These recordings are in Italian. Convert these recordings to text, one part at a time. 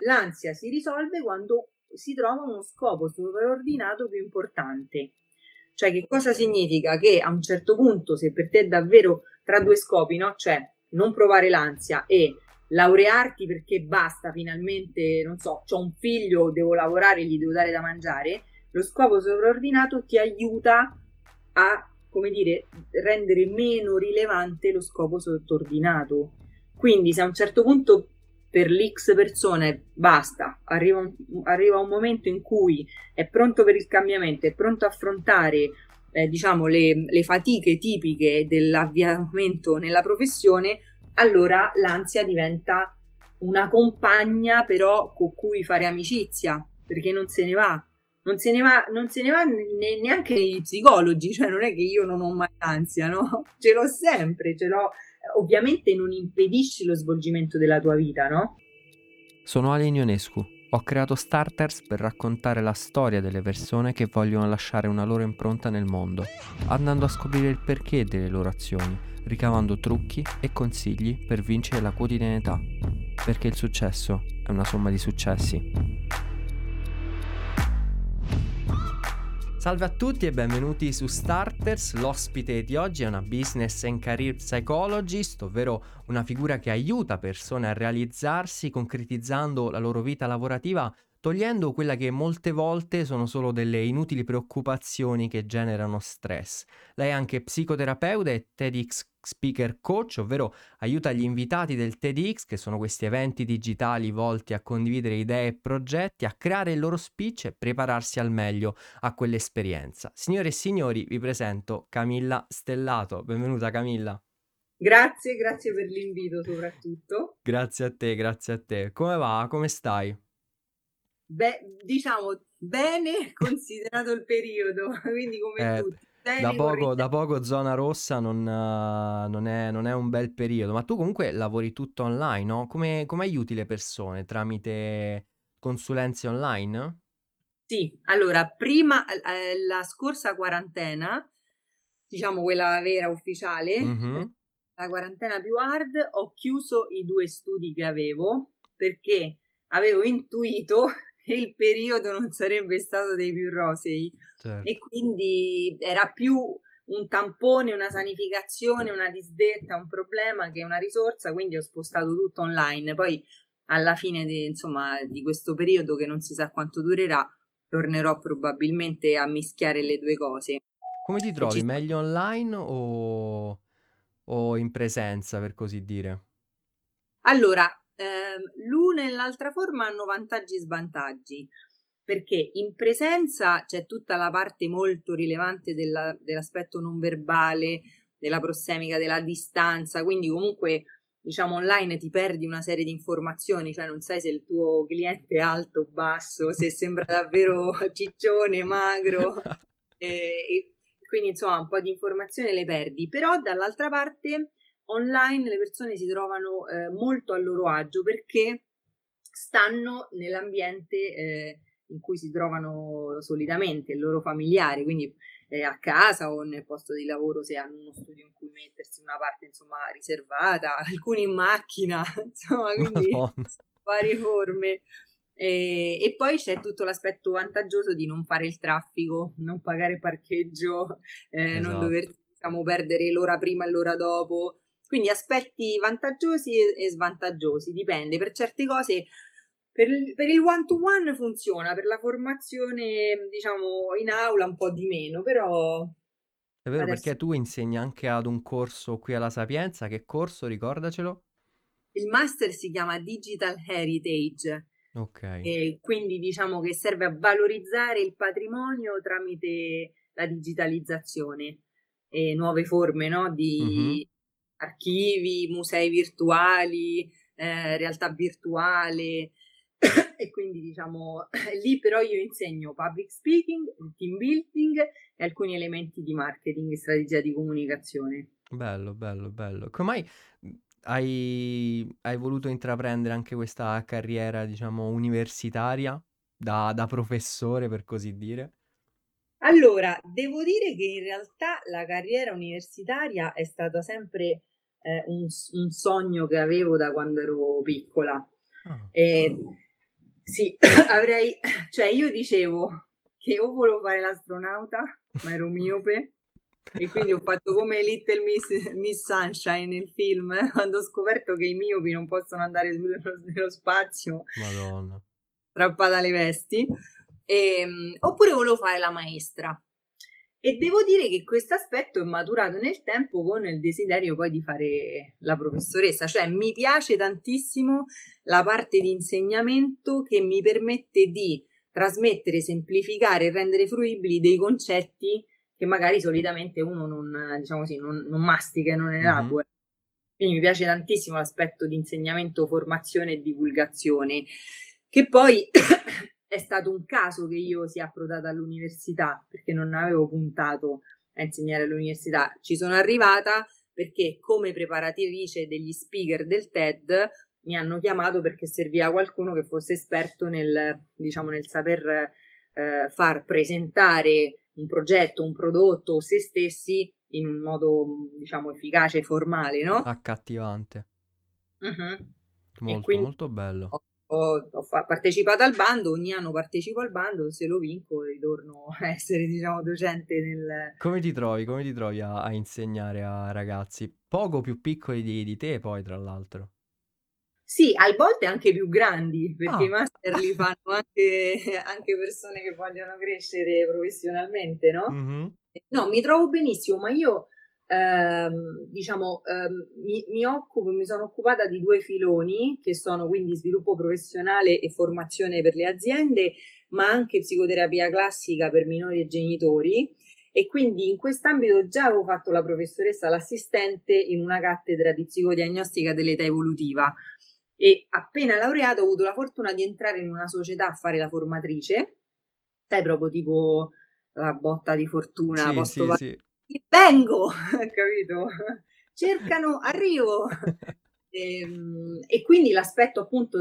l'ansia si risolve quando si trova uno scopo sovraordinato più importante. Cioè, che cosa significa? Che a un certo punto, se per te è davvero tra due scopi, no? Cioè, non provare l'ansia e laurearti perché basta, finalmente, non so, ho un figlio, devo lavorare, gli devo dare da mangiare, lo scopo sovraordinato ti aiuta a, come dire, rendere meno rilevante lo scopo sottordinato. Quindi se a un certo punto per l'X persone basta, arriva un momento in cui è pronto per il cambiamento, è pronto a affrontare diciamo le fatiche tipiche dell'avviamento nella professione, allora l'ansia diventa una compagna però con cui fare amicizia, perché non se ne va. Non se ne va neanche gli psicologi, cioè non è che io non ho mai ansia, no? Ce l'ho sempre, ce l'ho. Ovviamente non impedisci lo svolgimento della tua vita, no? Sono Ale Ionescu. Ho creato Starters per raccontare la storia delle persone che vogliono lasciare una loro impronta nel mondo, andando a scoprire il perché delle loro azioni, ricavando trucchi e consigli per vincere la quotidianità. Perché il successo è una somma di successi. Salve a tutti e benvenuti su Starters. L'ospite di oggi è una Business and Career Psychologist, ovvero una figura che aiuta persone a realizzarsi concretizzando la loro vita lavorativa, togliendo quella che molte volte sono solo delle inutili preoccupazioni che generano stress. Lei è anche psicoterapeuta e TEDx Speaker Coach, ovvero aiuta gli invitati del TEDx, che sono questi eventi digitali volti a condividere idee e progetti, a creare il loro speech e prepararsi al meglio a quell'esperienza. Signore e signori, vi presento Camilla Stellato. Benvenuta Camilla. Grazie, grazie per l'invito soprattutto. Grazie a te, grazie a te. Come va? Come stai? Beh, diciamo bene considerato il periodo, quindi come Eh, tutti, bene con da poco zona rossa non è un bel periodo, ma tu comunque lavori tutto online, no? Come aiuti le persone? Tramite consulenze online? Sì, allora, prima, la scorsa quarantena, diciamo quella vera ufficiale, Mhm. la quarantena più hard, ho chiuso i 2 studi che avevo perché avevo intuito che il periodo non sarebbe stato dei più rosei e Certo. quindi era più un tampone, una sanificazione, una disdetta, un problema che una risorsa, quindi ho spostato tutto online. Poi alla fine insomma, di questo periodo che non si sa quanto durerà, tornerò probabilmente a mischiare le due cose. Come ti E ci trovi? sto. Meglio online o in presenza, per così dire? Allora, l'una e l'altra forma hanno vantaggi e svantaggi, perché in presenza c'è tutta la parte molto rilevante dell'aspetto non verbale, della prossemica, della distanza, quindi comunque diciamo online ti perdi una serie di informazioni, cioè non sai se il tuo cliente è alto o basso, se sembra davvero ciccione, magro, e quindi insomma un po' di informazioni le perdi, però dall'altra parte online le persone si trovano molto a loro agio perché stanno nell'ambiente in cui si trovano solitamente, il loro familiare, quindi a casa o nel posto di lavoro se hanno uno studio in cui mettersi una parte insomma riservata, alcuni in macchina, insomma, quindi Madonna. varie forme. E poi c'è tutto l'aspetto vantaggioso di non fare il traffico, non pagare parcheggio, non dover Esatto. diciamo, perdere l'ora prima e l'ora dopo. Quindi aspetti vantaggiosi e svantaggiosi, dipende. Per certe cose, per il one-to-one funziona, per la formazione, diciamo, in aula un po' di meno, però È vero adesso perché tu insegni anche ad un corso qui alla Sapienza. Che corso? Ricordacelo. il master si chiama Digital Heritage Ok. e quindi diciamo che serve a valorizzare il patrimonio tramite la digitalizzazione e nuove forme, no, Mhm. di archivi, musei virtuali, realtà virtuale e quindi diciamo lì però io insegno public speaking, team building e alcuni elementi di marketing e strategia di comunicazione. Bello, bello, bello. Come mai hai voluto intraprendere anche questa carriera, diciamo, universitaria da professore, per così dire? Allora, devo dire che in realtà la carriera universitaria è stata sempre un sogno che avevo da quando ero piccola. Ah, Eh, Sì, avrei, cioè io dicevo che o volevo fare l'astronauta, ma ero miope, e quindi ho fatto come Little Miss Sunshine nel film, quando ho scoperto che i miopi non possono andare nello spazio, Madonna. strappata alle vesti. Oppure volevo fare la maestra. E devo dire che questo aspetto è maturato nel tempo con il desiderio poi di fare la professoressa, cioè mi piace tantissimo la parte di insegnamento che mi permette di trasmettere, semplificare e rendere fruibili dei concetti che magari solitamente uno non, diciamo così, non mastica e non Mhm. elabora. Quindi mi piace tantissimo l'aspetto di insegnamento, formazione e divulgazione, che poi è stato un caso che io sia approdata all'università, perché non avevo puntato a insegnare all'università. Ci sono arrivata perché come preparatrice degli speaker del TED mi hanno chiamato perché serviva qualcuno che fosse esperto nel, diciamo, nel saper far presentare un progetto, un prodotto o se stessi in un modo, diciamo, efficace e formale, no? Accattivante. Mhm. E Molto, quindi molto bello. partecipato al bando, ogni anno partecipo al bando, se lo vinco ritorno a essere, diciamo, docente nel... Come ti trovi? Come ti trovi a insegnare a ragazzi poco più piccoli di te, poi, tra l'altro? Sì, a volte anche più grandi, perché i Ah, master li fanno anche persone che vogliono crescere professionalmente, no? mhm, No, mi trovo benissimo, ma io diciamo mi sono occupata di due filoni che sono quindi sviluppo professionale e formazione per le aziende, ma anche psicoterapia classica per minori e genitori. E quindi in quest'ambito già avevo fatto la professoressa, l'assistente in una cattedra di psicodiagnostica dell'età evolutiva. E appena laureato ho avuto la fortuna di entrare in una società a fare la formatrice, sai, proprio tipo la botta di fortuna, sì, posto sì, sì. vengo, capito? Cercano, arrivo. E quindi l'aspetto appunto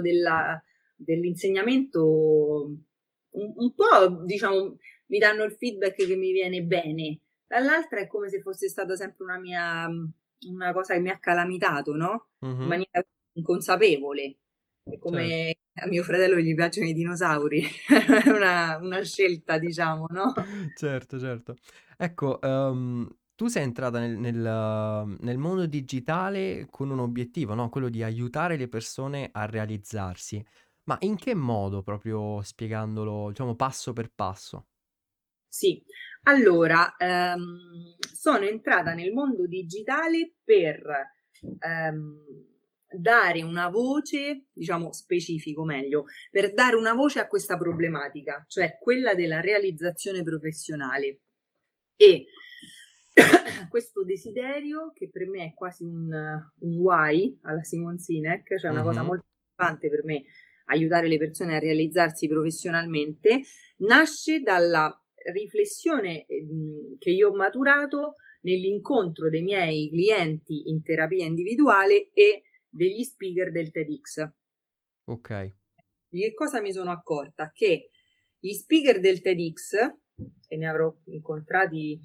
dell'insegnamento un po', diciamo, mi danno il feedback che mi viene bene. Dall'altra è come se fosse stata sempre una cosa che mi ha calamitato, no? In Mhm, maniera inconsapevole. È certo. come a mio fratello gli piacciono i dinosauri, è una scelta, diciamo, no? Certo, certo. Ecco, tu sei entrata nel mondo digitale con un obiettivo, no? Quello di aiutare le persone a realizzarsi. Ma in che modo, proprio spiegandolo, diciamo, passo per passo? Sì, allora, sono entrata nel mondo digitale per ehm, dare una voce, diciamo specifico meglio, per dare una voce a questa problematica, cioè quella della realizzazione professionale. E questo desiderio, che per me è quasi un why alla Simon Sinek, cioè una cosa Mhm, molto importante per me, aiutare le persone a realizzarsi professionalmente, nasce dalla riflessione che io ho maturato nell'incontro dei miei clienti in terapia individuale e degli speaker del TEDx. ok. Di che cosa mi sono accorta? Che gli speaker del TEDx, e ne avrò incontrati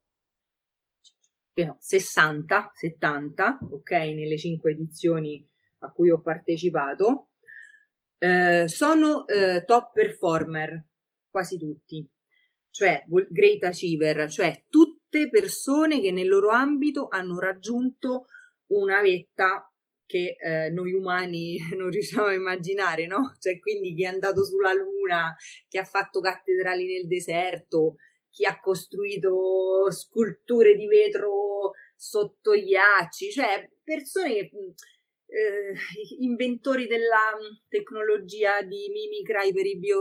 che no, 60, 70, ok, nelle 5 edizioni a cui ho partecipato, sono top performer, quasi tutti, cioè great achiever, cioè tutte persone che nel loro ambito hanno raggiunto una vetta che noi umani non riusciamo a immaginare, no? Cioè quindi chi è andato sulla Luna, chi ha fatto cattedrali nel deserto, chi ha costruito sculture di vetro sotto gli ghiacci, cioè persone che inventori della tecnologia di mimicry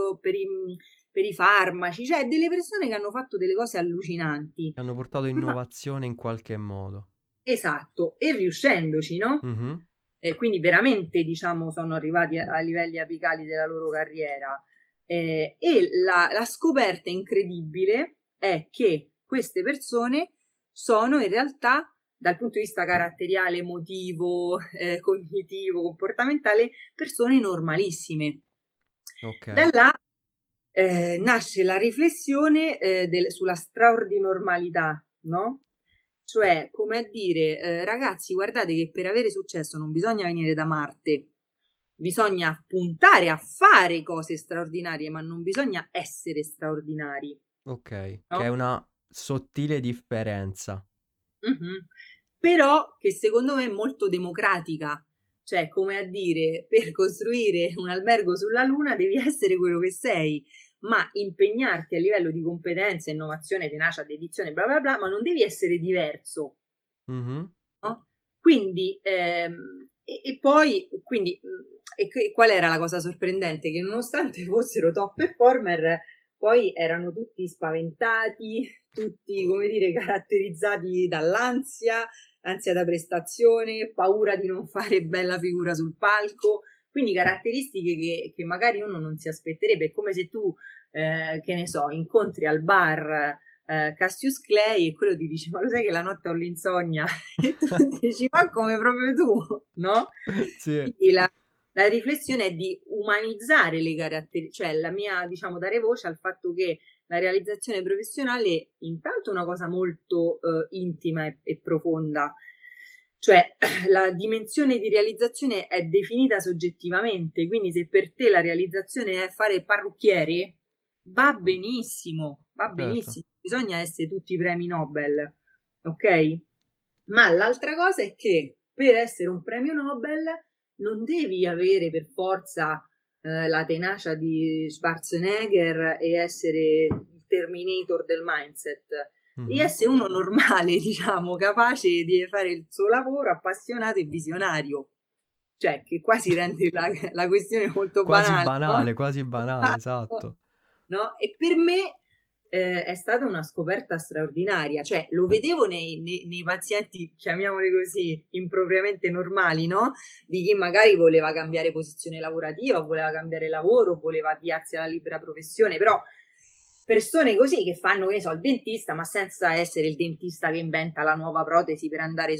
per i farmaci, cioè delle persone che hanno fatto delle cose allucinanti. Hanno portato Ma innovazione in qualche modo. esatto, e riuscendoci, no? Mhm, Quindi veramente, diciamo, sono arrivati a livelli apicali della loro carriera. E la scoperta incredibile è che queste persone sono in realtà, dal punto di vista caratteriale, emotivo, cognitivo, comportamentale, persone normalissime. Da ok. là nasce la riflessione sulla straordinaria, no? Cioè, come a dire, ragazzi, guardate che per avere successo non bisogna venire da Marte, bisogna puntare a fare cose straordinarie, ma non bisogna essere straordinari, Ok, che è no? una sottile differenza. Mhm. Però che secondo me è molto democratica, cioè come a dire, per costruire un albergo sulla Luna devi essere quello che sei, ma impegnarti a livello di competenza, innovazione, tenacia, dedizione, bla bla bla, ma non devi essere diverso, Mhm. no? Quindi, e poi, quindi, qual era la cosa sorprendente? Che nonostante fossero top performer, poi erano tutti spaventati, tutti, come dire, caratterizzati dall'ansia, ansia da prestazione, paura di non fare bella figura sul palco, quindi caratteristiche che magari uno non si aspetterebbe. È come se tu, che ne so, incontri al bar Cassius Clay e quello ti dice ma lo sai che la notte ho l'insonnia e tu dici ma come proprio tu, no? Sì, Quindi la riflessione è di umanizzare le caratteristiche, cioè la mia, diciamo, dare voce al fatto che la realizzazione professionale intanto è una cosa molto intima e profonda, cioè la dimensione di realizzazione è definita soggettivamente, quindi se per te la realizzazione è fare parrucchiere, va certo. benissimo, bisogna essere tutti premi Nobel, ok? Ma l'altra cosa è che per essere un premio Nobel non devi avere per forza la tenacia di Schwarzenegger e essere il Terminator del mindset. Devi Mhm. essere uno normale, diciamo, capace di fare il suo lavoro, appassionato e visionario. Cioè, che quasi rende la questione molto banale, no? Quasi banale, esatto. No? E per me è stata una scoperta straordinaria, cioè lo vedevo nei pazienti, chiamiamoli così, impropriamente normali, no? Di chi magari voleva cambiare posizione lavorativa, voleva cambiare lavoro, voleva avviarsi alla libera professione, però persone così che fanno, che ne so, il dentista, ma senza essere il dentista che inventa la nuova protesi per andare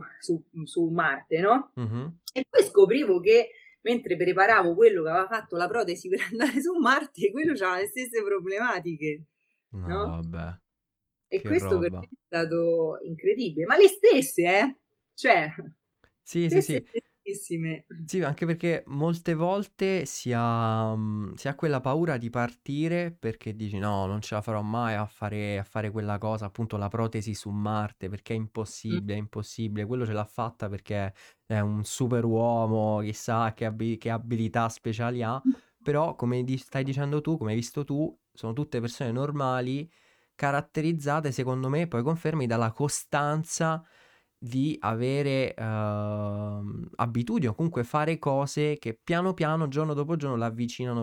su Marte, no? Mhm. E poi scoprivo che mentre preparavo quello che aveva fatto la protesi per andare su Marte, quello aveva le stesse problematiche, No, no? vabbè, E che questo per me roba. è stato incredibile, ma le stesse, cioè, Sì, sì, stesse sì. stessissime. Sì, anche perché molte volte si ha quella paura di partire perché dici no, non ce la farò mai a fare quella cosa, appunto la protesi su Marte, perché Mm. è impossibile. Quello ce l'ha fatta perché è un super uomo, chissà che abilità speciali ha, però come stai dicendo tu, come hai visto tu, sono tutte persone normali, caratterizzate secondo me, poi confermi dalla costanza di avere abitudini o comunque fare cose che piano piano, giorno dopo giorno, l'avvicinano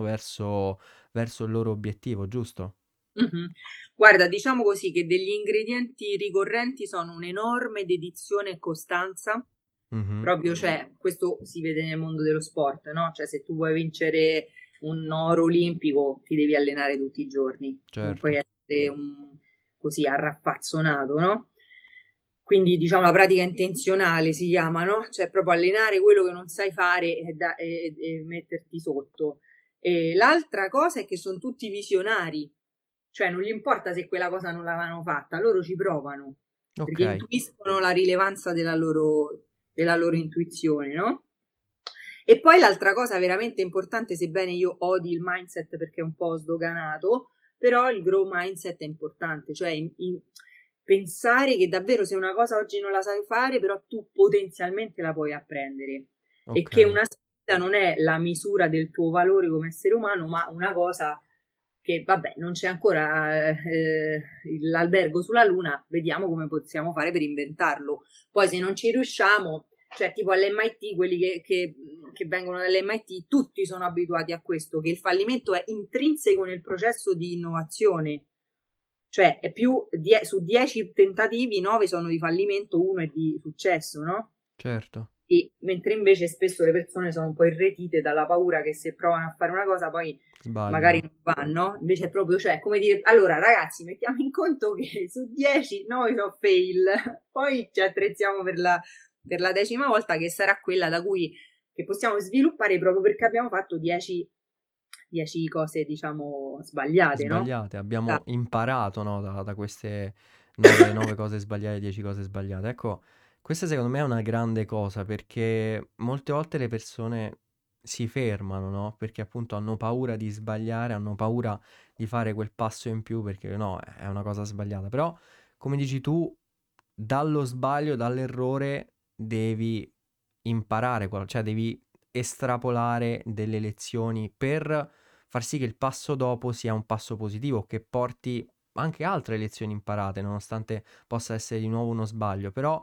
verso il loro obiettivo, giusto? Mhm. Guarda, diciamo così che degli ingredienti ricorrenti sono un'enorme dedizione e costanza, Mhm, proprio, cioè, questo si vede nel mondo dello sport, no? Cioè, se tu vuoi vincere un oro olimpico, ti devi allenare tutti i giorni, non puoi certo. essere così arraffazzonato, no? Quindi, diciamo, la pratica intenzionale si chiama, no? Cioè, proprio allenare quello che non sai fare e metterti sotto. E l'altra cosa è che sono tutti visionari, cioè non gli importa se quella cosa non l'avevano fatta, loro ci provano, perché Ok. intuiscono la rilevanza della loro intuizione, no? E poi l'altra cosa veramente importante, sebbene io odi il mindset perché è un po' sdoganato, però il grow mindset è importante, cioè pensare che davvero se una cosa oggi non la sai fare, però tu potenzialmente la puoi apprendere e Ok. che una sfida non è la misura del tuo valore come essere umano, ma una cosa che vabbè, non c'è ancora l'albergo sulla Luna, vediamo come possiamo fare per inventarlo. Poi se non ci riusciamo, cioè tipo all'MIT, quelli che vengono dall'MIT, tutti sono abituati a questo, che il fallimento è intrinseco nel processo di innovazione, cioè è più su 10 tentativi, 9 sono di fallimento, uno è di successo, no? Certo. E mentre invece spesso le persone sono un po' irretite dalla paura che se provano a fare una cosa poi magari Sbagliano. non vanno, invece è proprio, cioè, come dire, allora ragazzi, mettiamo in conto che su 10 9 sono fail, poi ci attrezziamo per la decima volta che sarà quella da cui che possiamo sviluppare proprio perché abbiamo fatto 10 cose, diciamo, sbagliate, no? Sbagliate. Abbiamo Da- imparato, no, da queste nove cose sbagliate, 10 cose sbagliate. Ecco, questa secondo me è una grande cosa perché molte volte le persone si fermano, no? Perché appunto hanno paura di sbagliare, hanno paura di fare quel passo in più perché no, è una cosa sbagliata. Però, come dici tu, dallo sbaglio, dall'errore devi imparare, cioè devi estrapolare delle lezioni per far sì che il passo dopo sia un passo positivo, che porti anche altre lezioni imparate, nonostante possa essere di nuovo uno sbaglio. Però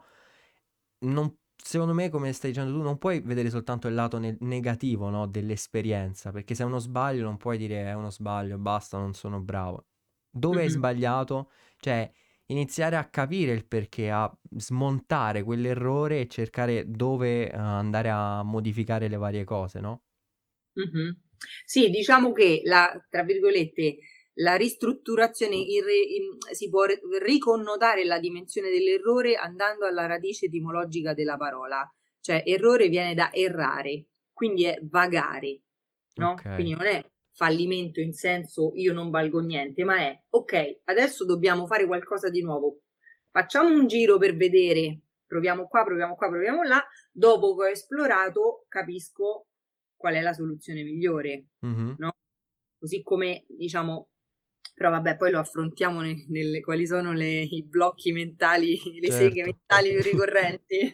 secondo me, come stai dicendo tu, non puoi vedere soltanto il lato negativo, no, dell'esperienza, perché se è uno sbaglio non puoi dire è uno sbaglio, basta, non sono bravo. Dove hai Mhm. sbagliato? Cioè, iniziare a capire il perché, a smontare quell'errore e cercare dove andare a modificare le varie cose, no? Mhm. Sì, diciamo che tra virgolette, la ristrutturazione si può riconnotare la dimensione dell'errore andando alla radice etimologica della parola, cioè errore viene da errare, quindi è vagare, no? Ok. Quindi non è fallimento in senso io non valgo niente, ma è ok, adesso dobbiamo fare qualcosa di nuovo, facciamo un giro per vedere, proviamo qua, proviamo qua, proviamo là, dopo che ho esplorato capisco qual è la soluzione migliore, Mhm. no? Così come diciamo, però vabbè, poi lo affrontiamo quali sono i blocchi mentali, le seghe Certo. mentali più ricorrenti.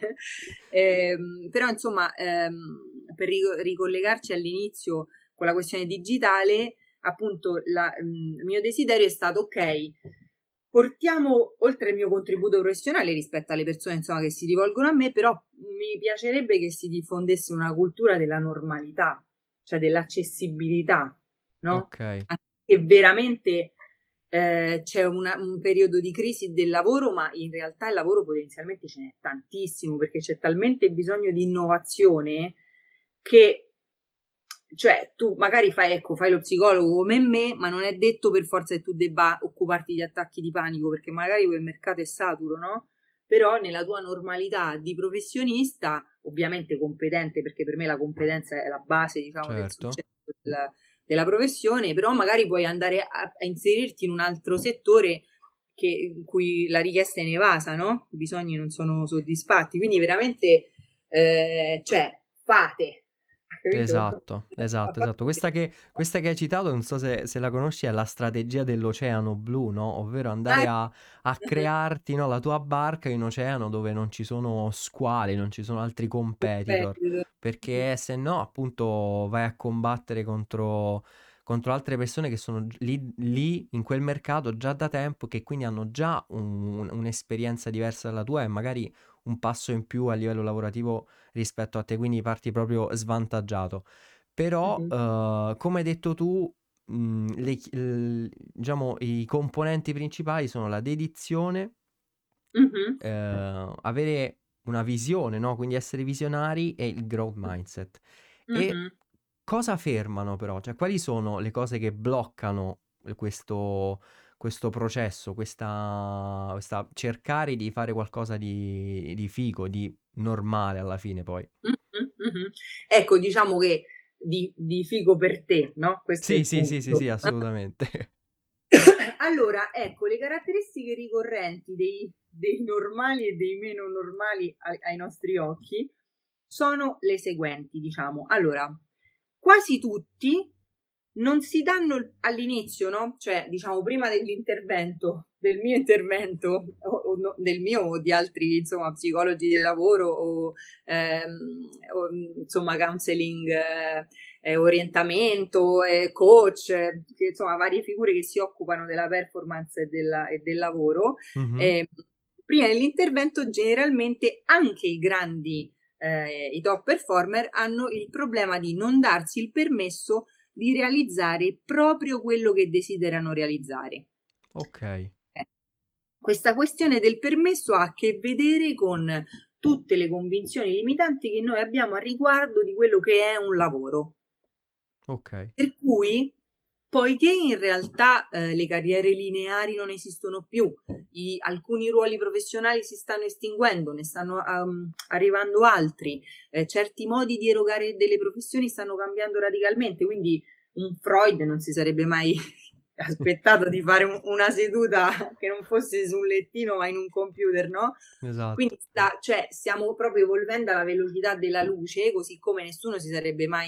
Però insomma, per ricollegarci all'inizio con la questione digitale, appunto il mio desiderio è stato ok, portiamo oltre il mio contributo professionale rispetto alle persone insomma, che si rivolgono a me, però mi piacerebbe che si diffondesse una cultura della normalità, cioè dell'accessibilità, no? Ok. Che veramente c'è un periodo di crisi del lavoro, ma in realtà il lavoro potenzialmente ce n'è tantissimo perché c'è talmente bisogno di innovazione che cioè tu magari fai, ecco, fai lo psicologo come me, ma non è detto per forza che tu debba occuparti di attacchi di panico, perché magari quel mercato è saturo, no? Però nella tua normalità di professionista, ovviamente competente, perché per me la competenza è la base, diciamo, del Certo. successo della professione, però magari puoi andare a inserirti in un altro settore in cui la richiesta è inevasa, no? I bisogni non sono soddisfatti, quindi veramente, cioè, fate, capito? Esatto, esatto, esatto. Questa che hai citato, non so se la conosci, è la strategia dell'oceano blu, no? Ovvero andare Ah, a crearti, no, la tua barca in oceano dove non ci sono squali, non ci sono altri competitor, competitor. perché se no, appunto, vai a combattere contro altre persone che sono lì in quel mercato già da tempo, che quindi hanno già un'esperienza diversa dalla tua e magari un passo in più a livello lavorativo rispetto a te, quindi parti proprio svantaggiato. Però, Mhm. come hai detto tu, diciamo, i componenti principali sono la dedizione, Mhm. avere una visione, no? Quindi essere visionari e il growth mindset. E Mhm. cosa fermano però? Cioè, quali sono le cose che bloccano questo processo, questa cercare di fare qualcosa di figo, di normale alla fine poi? Mhm. Mhm. Ecco, diciamo che di figo per te, no? Questo è Sì, il sì, sì, sì, punto. sì, assolutamente. Allora, ecco, le caratteristiche ricorrenti dei normali e dei meno normali ai nostri occhi sono le seguenti, diciamo. Allora, quasi tutti non si danno all'inizio, no? Cioè, diciamo, prima dell'intervento, del mio intervento, del mio o di altri, insomma, psicologi del lavoro o, insomma, counseling, orientamento, coach, che, insomma, varie figure che si occupano della performance e del lavoro. Mhm. Eh, prima dell'intervento, generalmente anche i top performer hanno il problema di non darsi il permesso di realizzare proprio quello che desiderano realizzare. Ok, Eh, Questa questione del permesso ha a che vedere con tutte le convinzioni limitanti che noi abbiamo a riguardo di quello che è un lavoro. ok, Per cui, poiché in realtà le carriere lineari non esistono più, alcuni ruoli professionali si stanno estinguendo, ne stanno arrivando altri, certi modi di erogare delle professioni stanno cambiando radicalmente, quindi un Freud non si sarebbe mai aspettato di fare una seduta che non fosse su un lettino ma in un computer, no? esatto. Quindi cioè, stiamo proprio evolvendo alla velocità della luce, così come nessuno si sarebbe mai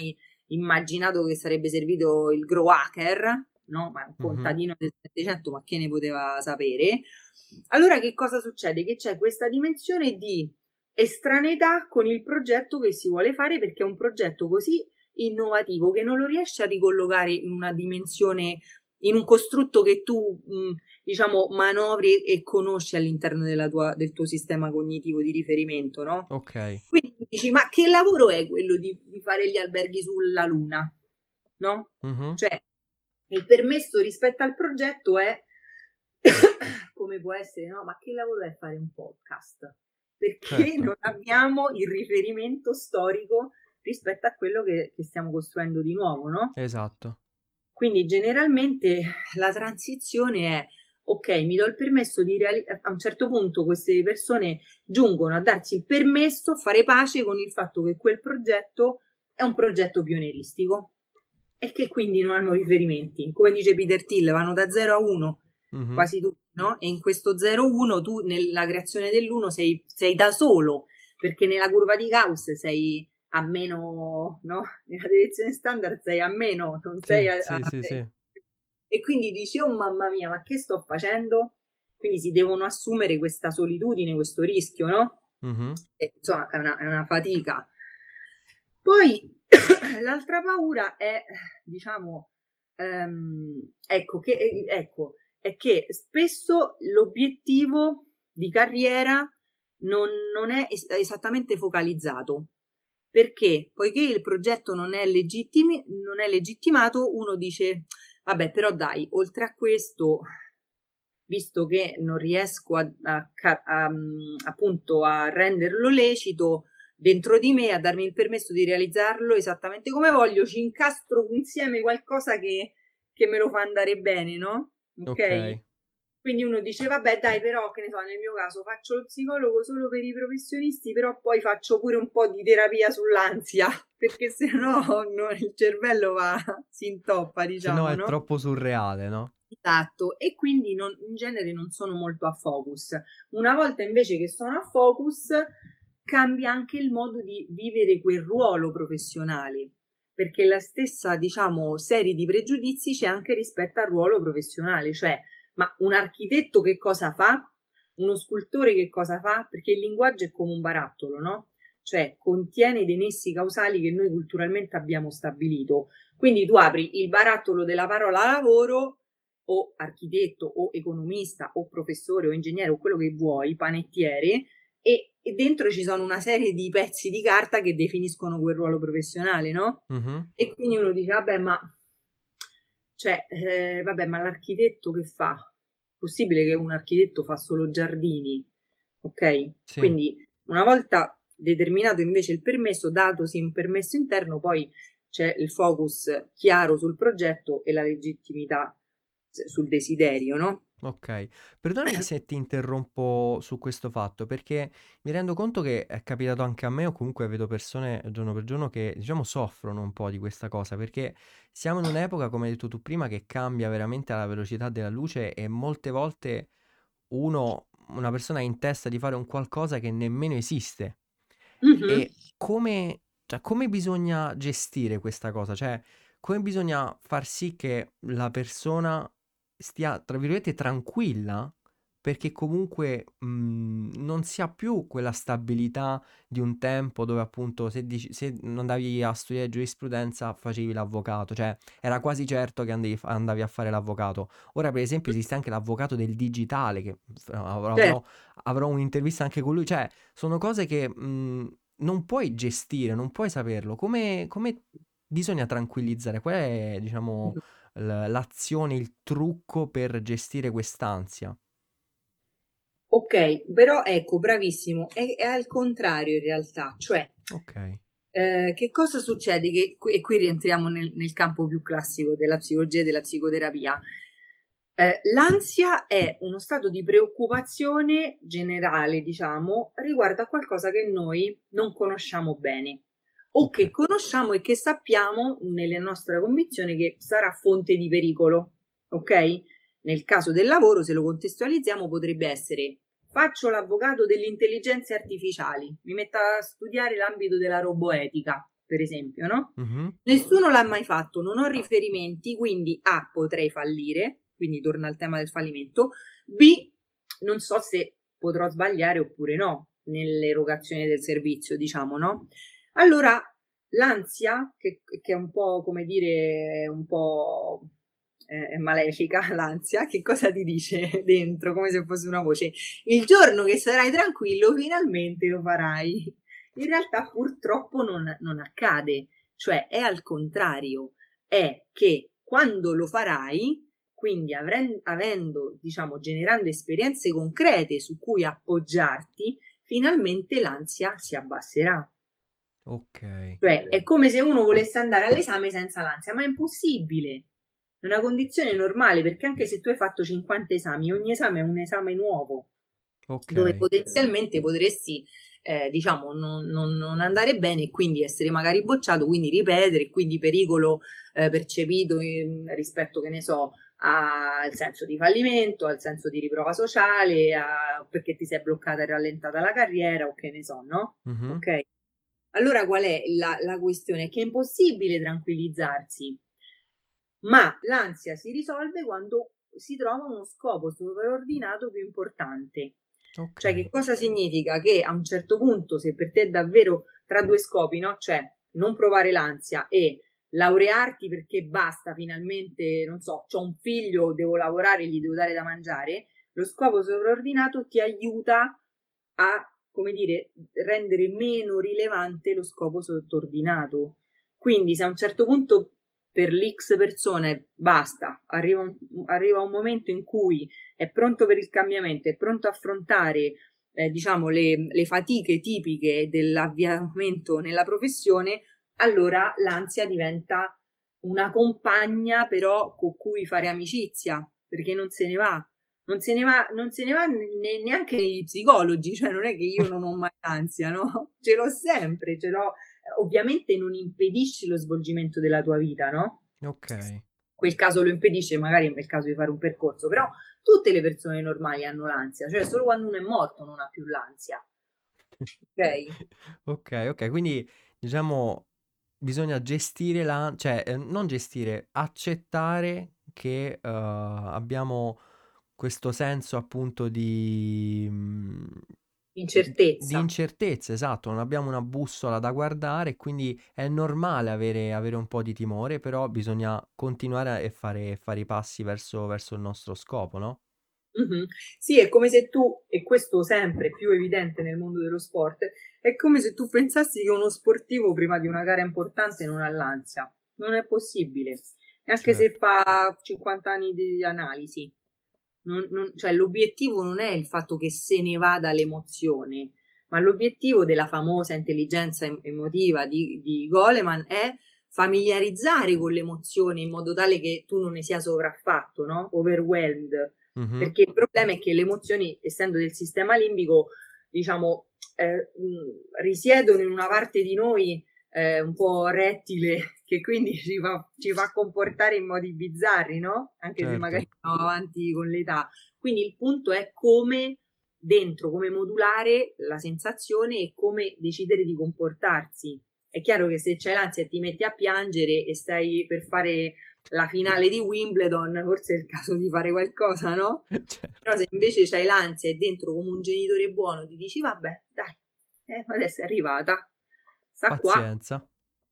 immaginato che sarebbe servito il grow hacker, no? Ma un Mhm. contadino del 700, ma che ne poteva sapere? Allora che cosa succede? Che c'è questa dimensione di estraneità con il progetto che si vuole fare, perché è un progetto così innovativo che non lo riesci a ricollocare in una dimensione, in un costrutto che tu, diciamo, manovri e conosci all'interno del tuo sistema cognitivo di riferimento, no? Ok. Quindi tu dici, ma che lavoro è quello di fare gli alberghi sulla Luna? No? Mhm. Cioè, il permesso rispetto al progetto è come può essere, no? Ma che lavoro è fare un podcast? Perché Certo, non abbiamo il riferimento storico rispetto a quello che stiamo costruendo di nuovo, no? esatto. Quindi generalmente la transizione è, ok, mi do il permesso di realizzare, a un certo punto queste persone giungono a darsi il permesso, a fare pace con il fatto che quel progetto è un progetto pionieristico e che quindi non hanno riferimenti. Come dice Peter Thiel, vanno da 0 a 1, Mhm. quasi tutti, no? E in questo 0-1 tu nella creazione dell'1 sei da solo, perché nella curva di Gauss sei a meno, no? Nella direzione standard sei a meno, non sei Sì, sì, sì, sì. e quindi dici, oh mamma mia, ma che sto facendo? Quindi si devono assumere questa solitudine, questo rischio, no? Mhm. E, insomma, è una fatica. Poi l'altra paura è, diciamo, ecco, è che spesso l'obiettivo di carriera non è esattamente focalizzato. Perché? Poiché il progetto non è legittimato, uno dice, vabbè, però dai, oltre a questo, visto che non riesco appunto a renderlo lecito dentro di me, a darmi il permesso di realizzarlo esattamente come voglio, ci incastro insieme qualcosa che me lo fa andare bene, no? Ok? Ok. Quindi uno dice, vabbè, dai, però, che ne so, nel mio caso faccio lo psicologo solo per i professionisti, però poi faccio pure un po' di terapia sull'ansia, perché se no, il cervello si intoppa, Se no diciamo, è no? troppo surreale, no? Esatto, e quindi in genere non sono molto a focus. Una volta invece che sono a focus, cambia anche il modo di vivere quel ruolo professionale, perché la stessa, diciamo, serie di pregiudizi c'è anche rispetto al ruolo professionale, cioè, ma un architetto che cosa fa? Uno scultore che cosa fa? Perché il linguaggio è come un barattolo, no? Cioè contiene dei nessi causali che noi culturalmente abbiamo stabilito. Quindi tu apri il barattolo della parola lavoro o architetto o economista o professore o ingegnere o quello che vuoi, panettiere, e dentro ci sono una serie di pezzi di carta che definiscono quel ruolo professionale, no? Mhm. E quindi uno dice, vabbè, ma, cioè, vabbè, ma l'architetto che fa? Possibile che un architetto fa solo giardini, ok? Sì. Quindi una volta determinato invece il permesso, datosi un permesso interno, poi c'è il focus chiaro sul progetto e la legittimità sul desiderio, no? Okay. Perdonami se ti interrompo su questo fatto, perché mi rendo conto che è capitato anche a me o comunque vedo persone giorno per giorno che, diciamo, soffrono un po' di questa cosa, perché siamo in un'epoca, come hai detto tu prima, che cambia veramente alla velocità della luce e molte volte una persona ha in testa di fare un qualcosa che nemmeno esiste. Mhm. E come bisogna gestire questa cosa? Cioè, come bisogna far sì che la persona stia, tra virgolette, tranquilla, perché comunque non si ha più quella stabilità di un tempo dove appunto se non andavi a studiare giurisprudenza facevi l'avvocato, cioè era quasi certo che andavi a fare l'avvocato. Ora per esempio esiste anche l'avvocato del digitale, che Certo. avrò un'intervista anche con lui, cioè sono cose che non puoi gestire, non puoi saperlo. Come bisogna tranquillizzare? Qual è, diciamo, l'azione, il trucco per gestire quest'ansia? Ok, però ecco, bravissimo, è al contrario in realtà, cioè Ok, che cosa succede? E qui rientriamo nel campo più classico della psicologia e della psicoterapia. L'ansia è uno stato di preoccupazione generale, diciamo, riguardo a qualcosa che noi non conosciamo bene o ok, che conosciamo e che sappiamo nella nostra convinzione che sarà fonte di pericolo, ok? Nel caso del lavoro, se lo contestualizziamo, potrebbe essere: faccio l'avvocato delle intelligenze artificiali, mi metto a studiare l'ambito della roboetica. per esempio, no? Mhm. Nessuno l'ha mai fatto, non ho riferimenti, quindi A, potrei fallire, quindi torna al tema del fallimento, B, non so se potrò sbagliare oppure no nell'erogazione del servizio, diciamo, no? Allora, l'ansia, che è un po', come dire, un po' è malefica, l'ansia, che cosa ti dice dentro, come se fosse una voce? Il giorno che sarai tranquillo, finalmente lo farai. In realtà purtroppo non accade, cioè è al contrario, è che quando lo farai, quindi avendo, diciamo, generando esperienze concrete su cui appoggiarti, finalmente l'ansia si abbasserà. Ok. Cioè, è come se uno volesse andare all'esame senza l'ansia, ma è impossibile. È una condizione normale, perché anche se tu hai fatto 50 esami, ogni esame è un esame nuovo, Ok. dove potenzialmente potresti, diciamo, non andare bene e quindi essere magari bocciato, quindi ripetere, quindi pericolo percepito rispetto, che ne so, al senso di fallimento, al senso di riprova sociale, perché ti sei bloccata e rallentata la carriera o che ne so, no? Mhm. Ok? Allora qual è la questione? È che è impossibile tranquillizzarsi, ma l'ansia si risolve quando si trova uno scopo sovraordinato più importante. Ok. Cioè, che cosa significa? Che a un certo punto, se per te è davvero tra due scopi, no? Cioè, non provare l'ansia e laurearti perché basta, finalmente, non so, ho un figlio, devo lavorare, gli devo dare da mangiare, lo scopo sovraordinato ti aiuta a, come dire, rendere meno rilevante lo scopo sottordinato. Quindi se a un certo punto per l'X persone basta, arriva un momento in cui è pronto per il cambiamento, è pronto a affrontare diciamo le fatiche tipiche dell'avviamento nella professione, allora l'ansia diventa una compagna però con cui fare amicizia, perché non se ne va. Non se ne va neanche gli psicologi, cioè non è che io non ho mai ansia, no? Ce l'ho sempre, ce l'ho. Ovviamente non impedisci lo svolgimento della tua vita, no? Ok. Quel caso lo impedisce, magari nel caso di fare un percorso, però tutte le persone normali hanno l'ansia, cioè solo quando uno è morto non ha più l'ansia, ok? Ok, ok, quindi diciamo bisogna gestire la, cioè non gestire, accettare che abbiamo questo senso appunto di Incertezza. incertezza, esatto, non abbiamo una bussola da guardare, quindi è normale avere un po' di timore, però bisogna continuare fare i passi verso il nostro scopo, no? Mhm. Sì, è come se tu, e questo sempre più evidente nel mondo dello sport, è come se tu pensassi che uno sportivo prima di una gara importante non ha l'ansia. Non è possibile. Neanche se Certo. fa 50 anni di analisi. Cioè, l'obiettivo non è il fatto che se ne vada l'emozione, ma l'obiettivo della famosa intelligenza emotiva di Goleman è familiarizzare con l'emozione in modo tale che tu non ne sia sopraffatto, no? Overwhelmed, Mhm. perché il problema è che le emozioni, essendo del sistema limbico, diciamo, risiedono in una parte di noi un po' rettile che quindi ci fa comportare in modi bizzarri, no? Anche se magari Certo. andiamo avanti con l'età. Quindi il punto è come dentro, come modulare la sensazione e come decidere di comportarsi. È chiaro che se c'è l'ansia e ti metti a piangere e stai per fare la finale di Wimbledon, forse è il caso di fare qualcosa, no? Però Certo. se invece c'hai l'ansia e dentro come un genitore buono ti dici vabbè, dai, adesso è arrivata, sta qua, Pazienza.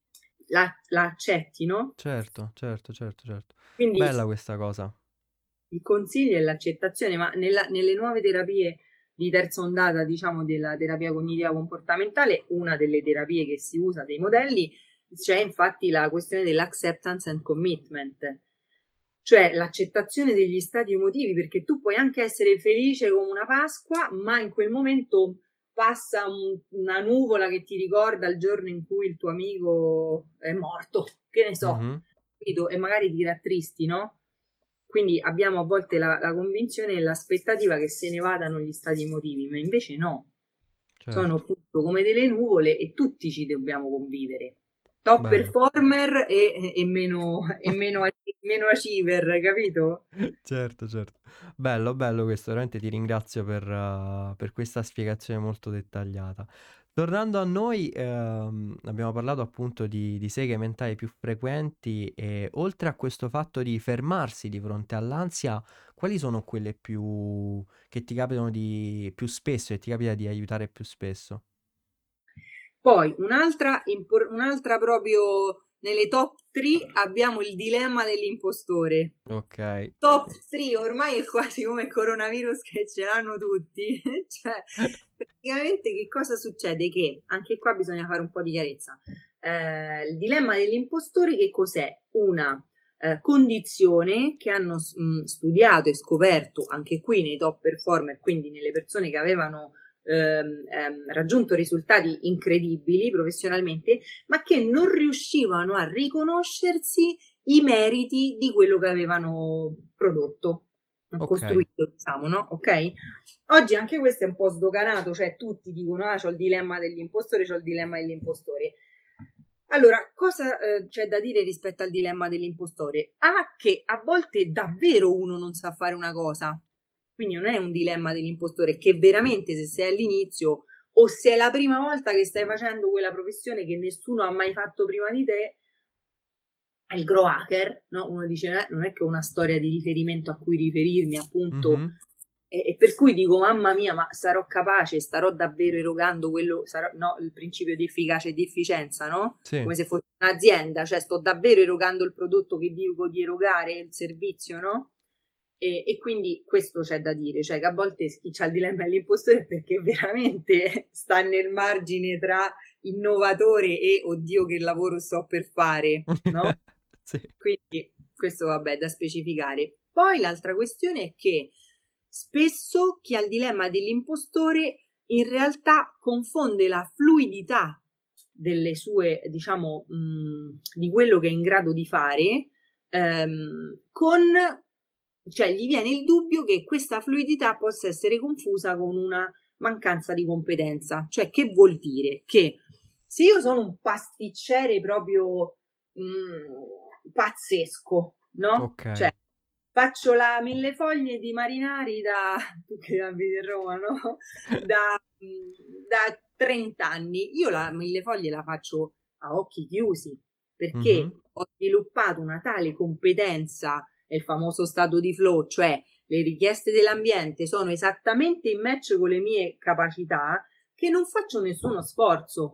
la accetti, no? Certo, certo, certo, certo. Quindi Bella questa cosa. il consiglio è l'accettazione, ma nelle nuove terapie di terza ondata, diciamo, della terapia cognitiva comportamentale, una delle terapie che si usa dei modelli, c'è infatti la questione dell'acceptance and commitment, cioè l'accettazione degli stati emotivi, perché tu puoi anche essere felice come una Pasqua, ma in quel momento passa una nuvola che ti ricorda il giorno in cui il tuo amico è morto, che ne so, Mhm. capito? E magari ti rattristi, no? Quindi abbiamo a volte la convinzione e l'aspettativa che se ne vadano gli stati emotivi, ma invece no, sono Certo. appunto come delle nuvole e tutti ci dobbiamo convivere. Top Bello. performer meno achiever, capito? Certo, certo. Bello, bello questo, veramente ti ringrazio per questa spiegazione molto dettagliata. Tornando a noi, abbiamo parlato appunto di seghe mentali più frequenti e oltre a questo fatto di fermarsi di fronte all'ansia, quali sono quelle più che ti capitano di più spesso e ti capita di aiutare più spesso? Poi un'altra proprio nelle top 3 abbiamo il dilemma dell'impostore. Okay. Top 3 ormai è quasi come il coronavirus che ce l'hanno tutti. Cioè, praticamente che cosa succede? Che anche qua bisogna fare un po' di chiarezza. Il dilemma dell'impostore che cos'è? Una condizione che hanno studiato e scoperto anche qui nei top performer, quindi nelle persone che avevano raggiunto risultati incredibili professionalmente, ma che non riuscivano a riconoscersi i meriti di quello che avevano prodotto, Okay. costruito, diciamo, no? Ok? Oggi anche questo è un po' sdoganato, cioè tutti dicono, ah, c'ho il dilemma dell'impostore, c'ho il dilemma dell'impostore. Allora, cosa c'è da dire rispetto al dilemma dell'impostore? Che a volte davvero uno non sa fare una cosa, quindi non è un dilemma dell'impostore, che veramente se sei all'inizio o se è la prima volta che stai facendo quella professione che nessuno ha mai fatto prima di te, è il grow hacker, no? Uno dice, non è che ho una storia di riferimento a cui riferirmi, appunto, Mh-mh. e per cui dico, mamma mia, ma sarò capace, starò davvero erogando quello, no, il principio di efficacia e di efficienza, no? Sì. Come se fosse un'azienda, cioè sto davvero erogando il prodotto che dico di erogare, il servizio, no? E quindi questo c'è da dire, cioè che a volte chi c'ha il dilemma dell'impostore è perché veramente sta nel margine tra innovatore e oddio che lavoro sto per fare, no? Sì. Quindi questo vabbè da specificare. Poi l'altra questione è che spesso chi ha il dilemma dell'impostore in realtà confonde la fluidità delle sue, diciamo, di quello che è in grado di fare, con, cioè gli viene il dubbio che questa fluidità possa essere confusa con una mancanza di competenza. Cioè, che vuol dire? Che se io sono un pasticcere proprio pazzesco, no? Cioè, Okay. faccio la mille foglie di marinari da, tu che abiti a Roma, no? Da 30 anni. Io la mille foglie la faccio a occhi chiusi Mh-mh. perché ho sviluppato una tale competenza, è il famoso stato di flow, cioè le richieste dell'ambiente sono esattamente in match con le mie capacità, che non faccio nessuno sforzo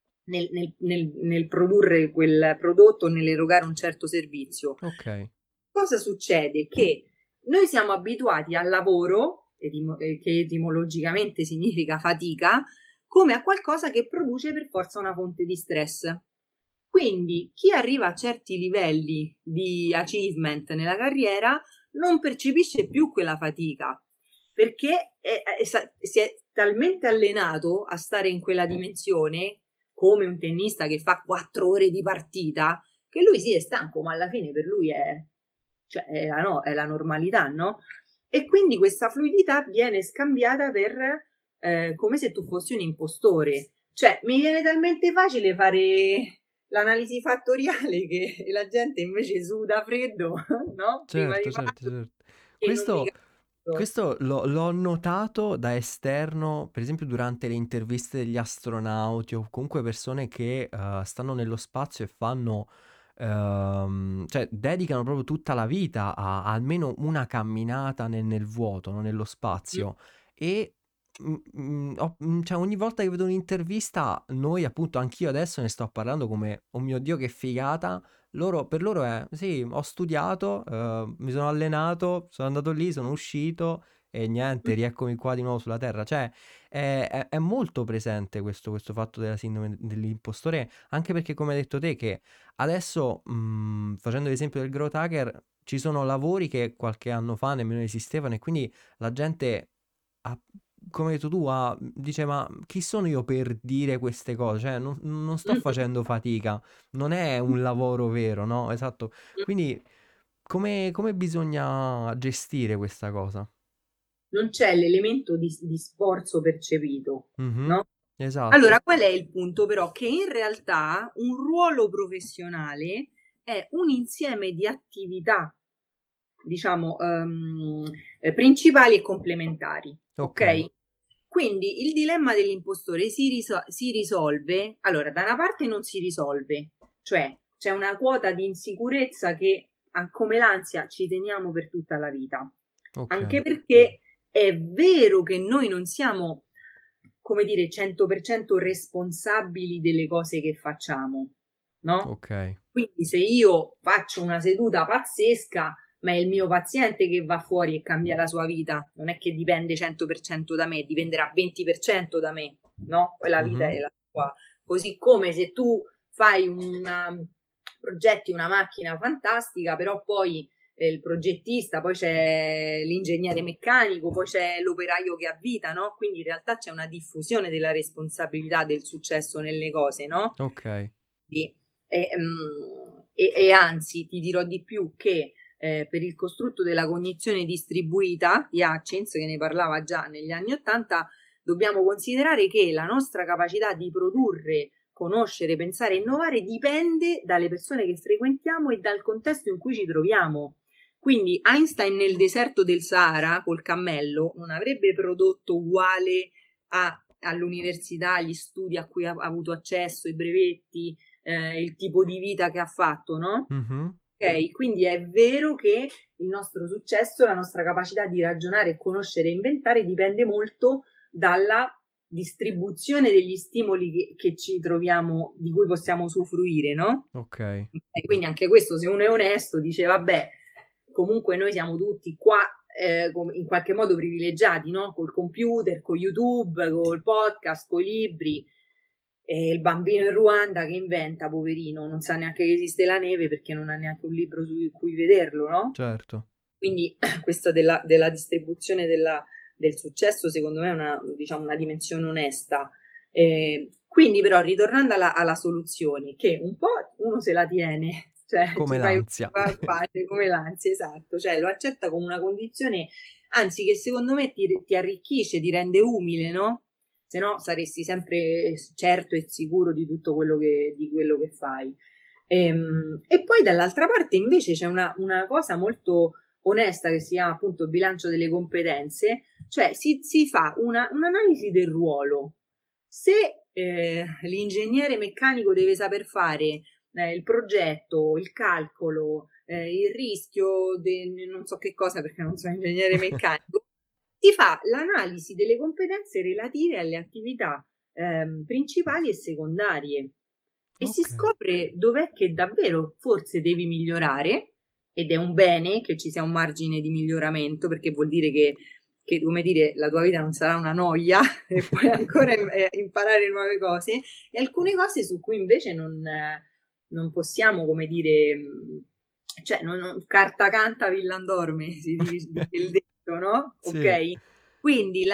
nel produrre quel prodotto, nell'erogare un certo servizio. Okay. Cosa succede? Che noi siamo abituati al lavoro, che etimologicamente significa fatica, come a qualcosa che produce per forza una fonte di stress. Quindi chi arriva a certi livelli di achievement nella carriera non percepisce più quella fatica perché si è talmente allenato a stare in quella dimensione come un tennista che fa 4 ore di partita che lui sì è stanco ma alla fine per lui è, cioè, è la normalità, no? E quindi questa fluidità viene scambiata per come se tu fossi un impostore. Cioè, mi viene talmente facile fare l'analisi fattoriale che la gente invece suda freddo, no? Prima di Certo, certo, farlo certo. e non mi Questo capisco. questo l'ho notato da esterno, per esempio durante le interviste degli astronauti o comunque persone che, stanno nello spazio e fanno cioè dedicano proprio tutta la vita a almeno una camminata nel vuoto, no, nello Mm, spazio e, cioè ogni volta che vedo un'intervista noi appunto anch'io adesso ne sto parlando come: "Oh mio Dio che figata", per loro è: "Sì, ho studiato, mi sono allenato, sono andato lì, sono uscito e niente, mm, rieccomi qua di nuovo sulla terra." Cioè è molto presente questo fatto della sindrome dell'impostore, anche perché come hai detto te che adesso, facendo l'esempio del growth hacker, ci sono lavori che qualche anno fa nemmeno esistevano e quindi la gente ha come hai detto tu, dice: "Ma chi sono io per dire queste cose? Cioè non sto mm, facendo fatica, non è un lavoro vero", no, esatto. mm. Quindi come bisogna gestire questa cosa? Non c'è l'elemento di sforzo percepito, Mh-mh. no? Esatto. Allora, qual è il punto però? Che in realtà un ruolo professionale è un insieme di attività, diciamo, principali e complementari, Okay. ok? Quindi il dilemma dell'impostore si risolve, allora da una parte non si risolve, cioè c'è una quota di insicurezza che come l'ansia ci teniamo per tutta la vita, anche Ok, perché è vero che noi non siamo, come dire, 100% responsabili delle cose che facciamo, no? ok. Quindi se io faccio una seduta pazzesca, ma è il mio paziente che va fuori e cambia la sua vita, non è che dipende 100% da me, dipenderà 20% da me, no? Poi la vita Mhm. è la tua. Così come se tu fai progetti una macchina fantastica, però poi il progettista, poi c'è l'ingegnere meccanico, poi c'è l'operaio che ha vita, no? Quindi in realtà c'è una diffusione della responsabilità del successo nelle cose, no? Ok. Sì. E anzi, ti dirò di più che per il costrutto della cognizione distribuita di Hutchins, che ne parlava già negli anni Ottanta, dobbiamo considerare che la nostra capacità di produrre, conoscere, pensare e innovare dipende dalle persone che frequentiamo e dal contesto in cui ci troviamo. Quindi Einstein nel deserto del Sahara col cammello non avrebbe prodotto uguale all'università, gli studi a cui ha avuto accesso, i brevetti, il tipo di vita che ha fatto, no? Mhm. Ok, quindi è vero che il nostro successo, la nostra capacità di ragionare, conoscere e inventare dipende molto dalla distribuzione degli stimoli che ci troviamo, di cui possiamo usufruire, no? Ok. E quindi anche questo, se uno è onesto, dice vabbè, comunque noi siamo tutti qua in qualche modo privilegiati, no? Col computer, con YouTube, col podcast, con i libri. E il bambino in Ruanda che inventa, poverino, non sa neanche che esiste la neve perché non ha neanche un libro su cui vederlo, no? Certo. Quindi questa della distribuzione del successo, secondo me, è una, diciamo, una dimensione onesta. Quindi, però, ritornando alla soluzione, che un po' uno se la tiene, cioè Come ti fai l'ansia. una parte come l'ansia, esatto, cioè lo accetta come una condizione, anzi, che secondo me ti arricchisce, ti rende umile, no? Se no saresti sempre certo e sicuro di tutto di quello che fai. E poi dall'altra parte invece c'è una cosa molto onesta che si chiama appunto bilancio delle competenze, cioè si fa un'analisi del ruolo. Se l'ingegnere meccanico deve saper fare il progetto, il calcolo, il rischio, non so che cosa perché non sono ingegnere meccanico, si fa l'analisi delle competenze relative alle attività principali e secondarie e si Ok. scopre dov'è che davvero forse devi migliorare ed è un bene che ci sia un margine di miglioramento perché vuol dire come dire, la tua vita non sarà una noia e puoi ancora imparare nuove cose e alcune cose su cui invece non possiamo, come dire, cioè carta canta, villa dorme, si dice il detto, no? Sì. Ok? Quindi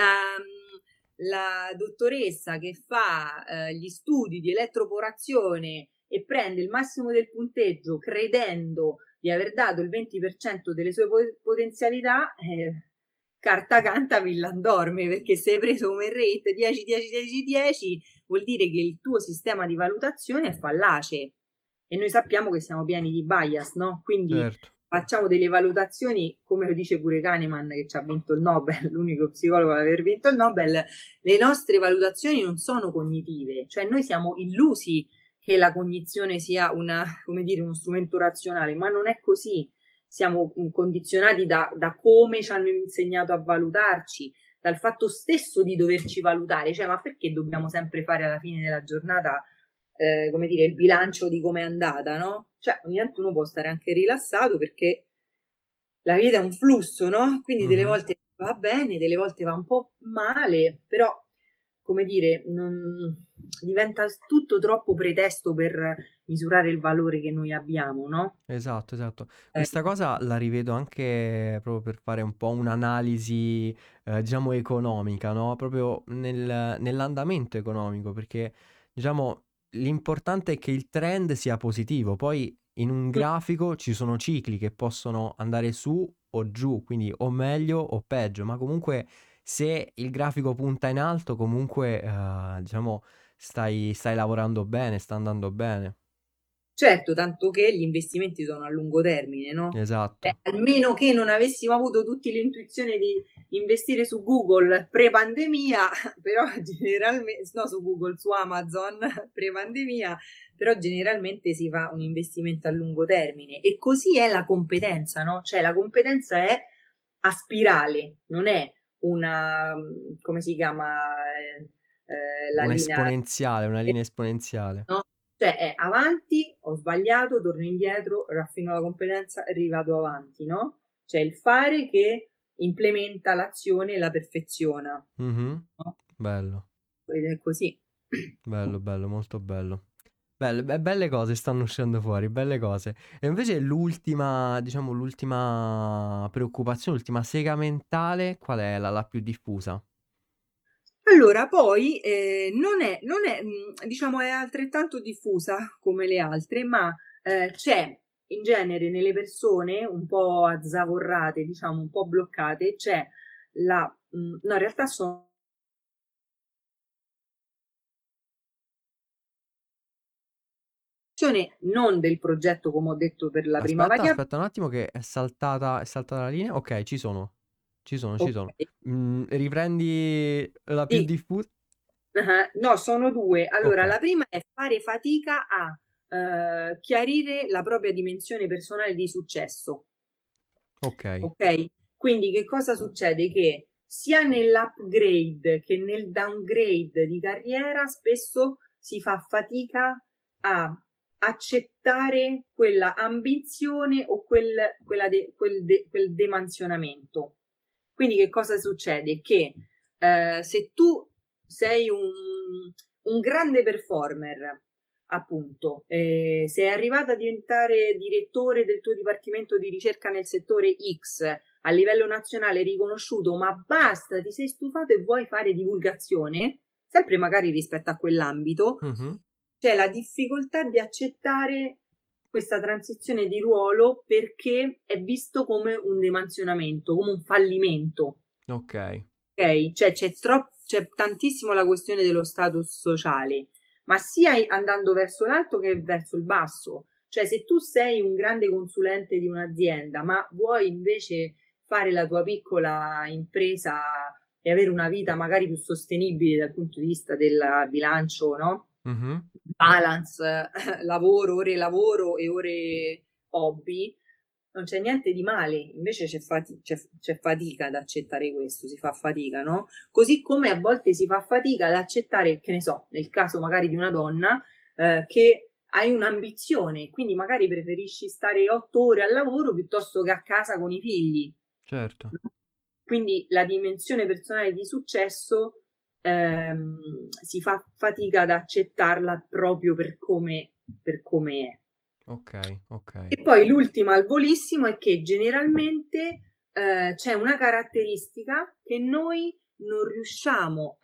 la dottoressa che fa gli studi di elettroporazione e prende il massimo del punteggio credendo di aver dato il 20% delle sue potenzialità, carta canta, villa dorme, perché se hai preso come rate 10, 10, 10, 10, vuol dire che il tuo sistema di valutazione è fallace e noi sappiamo che siamo pieni di bias, no? Quindi Certo. facciamo delle valutazioni, come lo dice pure Kahneman che ci ha vinto il Nobel, l'unico psicologo ad aver vinto il Nobel, le nostre valutazioni non sono cognitive, cioè noi siamo illusi che la cognizione sia come dire, uno strumento razionale, ma non è così. Siamo condizionati da come ci hanno insegnato a valutarci, dal fatto stesso di doverci valutare, cioè ma perché dobbiamo sempre fare alla fine della giornata come dire, il bilancio di come è andata, no? Cioè, ogni tanto uno può stare anche rilassato perché la vita è un flusso, no? Quindi delle Mhm. volte va bene, delle volte va un po' male, però, come dire, diventa tutto troppo pretesto per misurare il valore che noi abbiamo, no? Esatto, esatto. Eh, Questa cosa la rivedo anche proprio per fare un po' un'analisi, diciamo economica, no, proprio nell'andamento economico, perché diciamo l'importante è che il trend sia positivo, poi in un grafico ci sono cicli che possono andare su o giù, quindi o meglio o peggio, ma comunque se il grafico punta in alto, comunque, diciamo stai lavorando bene, sta andando bene. Certo, tanto che gli investimenti sono a lungo termine, no? Esatto. Almeno che non avessimo avuto tutte le intuizioni investire su Google pre-pandemia, però generalmente, no, su Google, su Amazon pre-pandemia, però generalmente si fa un investimento a lungo termine e così è la competenza, no? Cioè la competenza è a spirale, non è una, come si chiama, la linea, Una linea esponenziale. no? Cioè è avanti, ho sbagliato, torno indietro, raffino la competenza e rivado avanti, no? Cioè il fare che implementa l'azione e la perfeziona, Mhm. no? Bello, Ed è così. bello, molto bello. Belle cose stanno uscendo fuori, belle cose. E invece l'ultima preoccupazione, l'ultima sega mentale, qual è la più diffusa? Allora, poi diciamo, è altrettanto diffusa come le altre, ma c'è in genere nelle persone un po' azzavorrate, diciamo, un po' bloccate, c'è no, in realtà sono non del progetto, come ho detto per la prima variabile. Aspetta un attimo che è saltata la linea. Ok, ci Ok. sono. Riprendi la più Sì. diffusa? No, sono due. Ok, Allora, la prima è fare fatica a chiarire la propria dimensione personale di successo. ok. Ok? Quindi che cosa succede? Che sia nell'upgrade che nel downgrade di carriera spesso si fa fatica a accettare quella ambizione o quel demansionamento. Quindi che cosa succede? Che se tu sei un grande performer, appunto, sei arrivato a diventare direttore del tuo dipartimento di ricerca nel settore X a livello nazionale riconosciuto, ma basta, ti sei stufato e vuoi fare divulgazione, sempre magari rispetto a quell'ambito, Mhm. c'è la difficoltà di accettare questa transizione di ruolo perché è visto come un demansionamento, come un fallimento. Ok, Ok? Cioè c'è tantissimo la questione dello status sociale, ma sia andando verso l'alto che verso il basso. Cioè se tu sei un grande consulente di un'azienda, ma vuoi invece fare la tua piccola impresa e avere una vita magari più sostenibile dal punto di vista del bilancio, no? mhm. Balance, lavoro e ore hobby, non c'è niente di male, invece c'è fatica ad accettare questo, si fa fatica, no? Così come a volte si fa fatica ad accettare, che ne so, nel caso magari di una donna, che hai un'ambizione, quindi magari preferisci stare 8 ore al lavoro piuttosto che a casa con i figli. Certo. Quindi la dimensione personale di successo si fa fatica ad accettarla proprio per come è. Ok, ok. E poi l'ultima al volissimo è che generalmente c'è una caratteristica che noi non riusciamo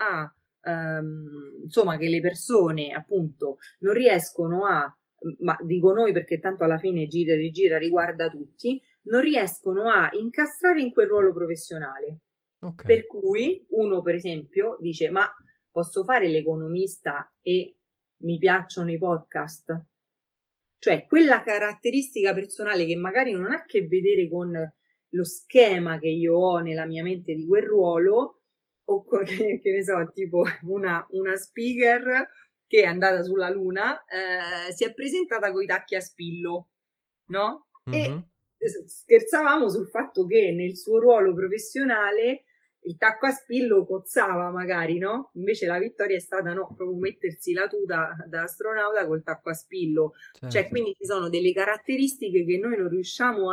insomma, che le persone appunto non riescono ma dico noi perché tanto alla fine gira e rigira, riguarda tutti, non riescono a incastrare in quel ruolo professionale. Ok, Per cui uno, per esempio, dice: Ma posso fare l'economista e mi piacciono i podcast? Cioè, quella caratteristica personale che magari non ha a che vedere con lo schema che io ho nella mia mente di quel ruolo, o che ne so, tipo una speaker che è andata sulla Luna, si è presentata con i tacchi a spillo, no? mhm. E scherzavamo sul fatto che nel suo ruolo professionale il tacco a spillo cozzava magari, no? Invece la vittoria è stata no, proprio mettersi la tuta da astronauta col tacco a spillo. Cioè, Certo. quindi ci sono delle caratteristiche che noi non riusciamo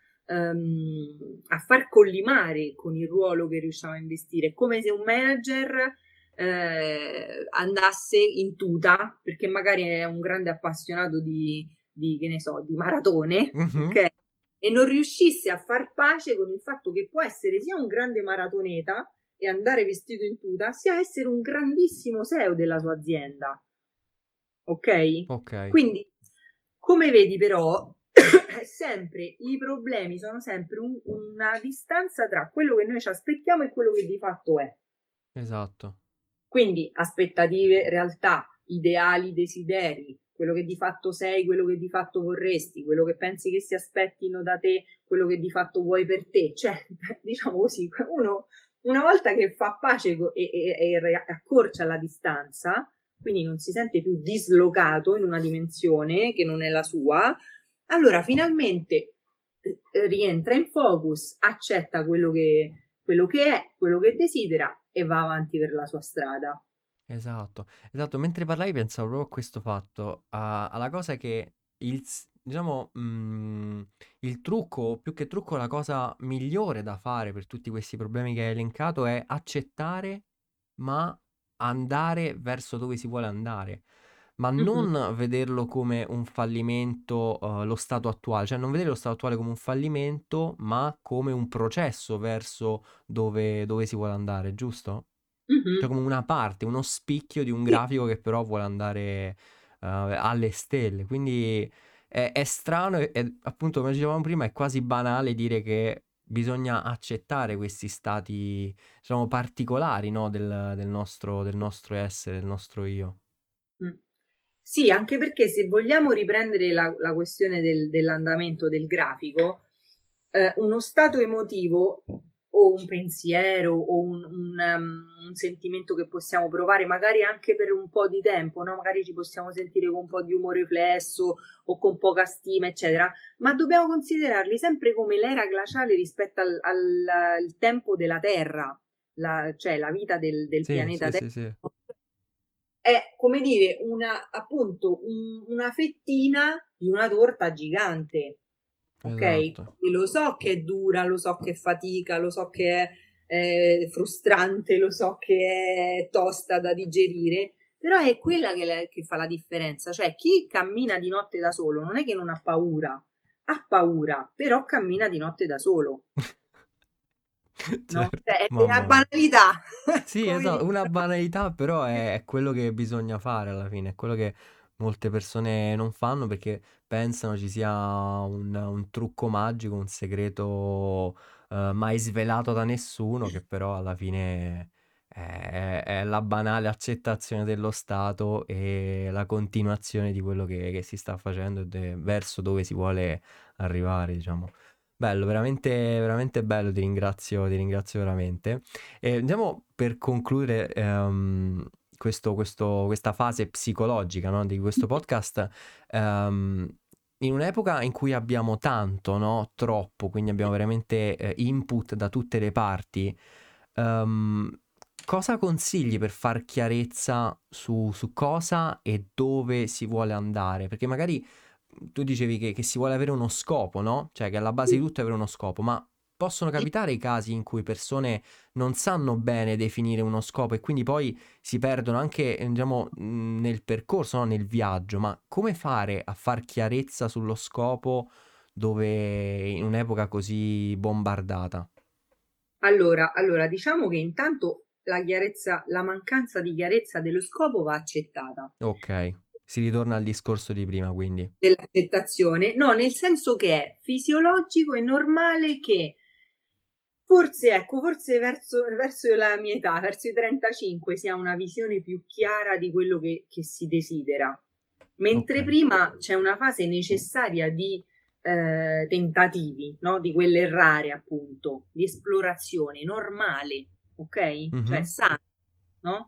a far collimare con il ruolo che riusciamo a investire. È come se un manager andasse in tuta, perché magari è un grande appassionato che ne so, di maratone, Mhm. ok? E non riuscisse a far pace con il fatto che può essere sia un grande maratoneta e andare vestito in tuta, sia essere un grandissimo CEO della sua azienda. Ok? Ok, Quindi, come vedi però, è sempre, i problemi sono sempre una distanza tra quello che noi ci aspettiamo e quello che di fatto è. esatto. Quindi aspettative, realtà, ideali, desideri, quello che di fatto sei, quello che di fatto vorresti, quello che pensi che si aspettino da te, quello che di fatto vuoi per te. Cioè, diciamo così, uno una volta che fa pace e accorcia la distanza, quindi non si sente più dislocato in una dimensione che non è la sua, allora finalmente rientra in focus, accetta quello che è, quello che desidera e va avanti per la sua strada. Esatto, esatto. Mentre parlavi pensavo proprio a questo fatto, alla cosa che diciamo, il trucco, o più che trucco, la cosa migliore da fare per tutti questi problemi che hai elencato è accettare, ma andare verso dove si vuole andare. Ma Mhm. non vederlo come un fallimento, lo stato attuale, cioè non vedere lo stato attuale come un fallimento, ma come un processo verso dove si vuole andare, giusto? Cioè Mhm. come una parte, uno spicchio di un Sì, grafico che però vuole andare alle stelle. Quindi è strano e appunto come dicevamo prima è quasi banale dire che bisogna accettare questi stati, diciamo, particolari, no, del nostro essere, del nostro io. mm. Sì, anche perché se vogliamo riprendere la questione dell'andamento del grafico, uno stato emotivo o un pensiero o un sentimento che possiamo provare magari anche per un po' di tempo, no? Magari ci possiamo sentire con un po' di umore flesso o con poca stima, eccetera, ma dobbiamo considerarli sempre come l'era glaciale rispetto al tempo della Terra, cioè la vita del Sì, pianeta sì, Terra sì, sì, è come dire appunto una fettina di una torta gigante, ok? E esatto. lo so che è dura, lo so che è fatica, lo so che è frustrante, lo so che è tosta da digerire, però è quella che fa la differenza. Cioè, chi cammina di notte da solo non è che non ha paura, però cammina di notte da solo, no? Certo, Cioè, è una mamma mia. banalità, Sì, come esatto, dire. una banalità, però è quello che bisogna fare alla fine, è quello che molte persone non fanno perché pensano ci sia un trucco magico, un segreto mai svelato da nessuno, che però alla fine è la banale accettazione dello stato e la continuazione di quello che si sta facendo e verso dove si vuole arrivare, diciamo. Bello, veramente, veramente bello, ti ringrazio veramente. E andiamo per concludere questa fase psicologica, no, di questo podcast. ehm, In un'epoca in cui abbiamo tanto, no, troppo, quindi abbiamo veramente input da tutte le parti, ehm, cosa consigli per far chiarezza su cosa e dove si vuole andare? Perché magari tu dicevi che si vuole avere uno scopo, no? Cioè che alla base di tutto è avere uno scopo, ma possono capitare i casi in cui persone non sanno bene definire uno scopo e quindi poi si perdono anche, diciamo, nel percorso, no? Nel viaggio, ma come fare a far chiarezza sullo scopo dove in un'epoca così bombardata? Allora, diciamo che intanto la mancanza di chiarezza dello scopo va accettata, Ok, si ritorna al discorso di prima, quindi. dell'accettazione, no, nel senso che è fisiologico e normale che forse, ecco, forse verso la mia età, verso i 35, si ha una visione più chiara di quello che si desidera. Ok. Mentre prima c'è una fase necessaria di tentativi, no? Di quelle rare, appunto, di esplorazione normale, ok? Cioè Mhm. sana, no?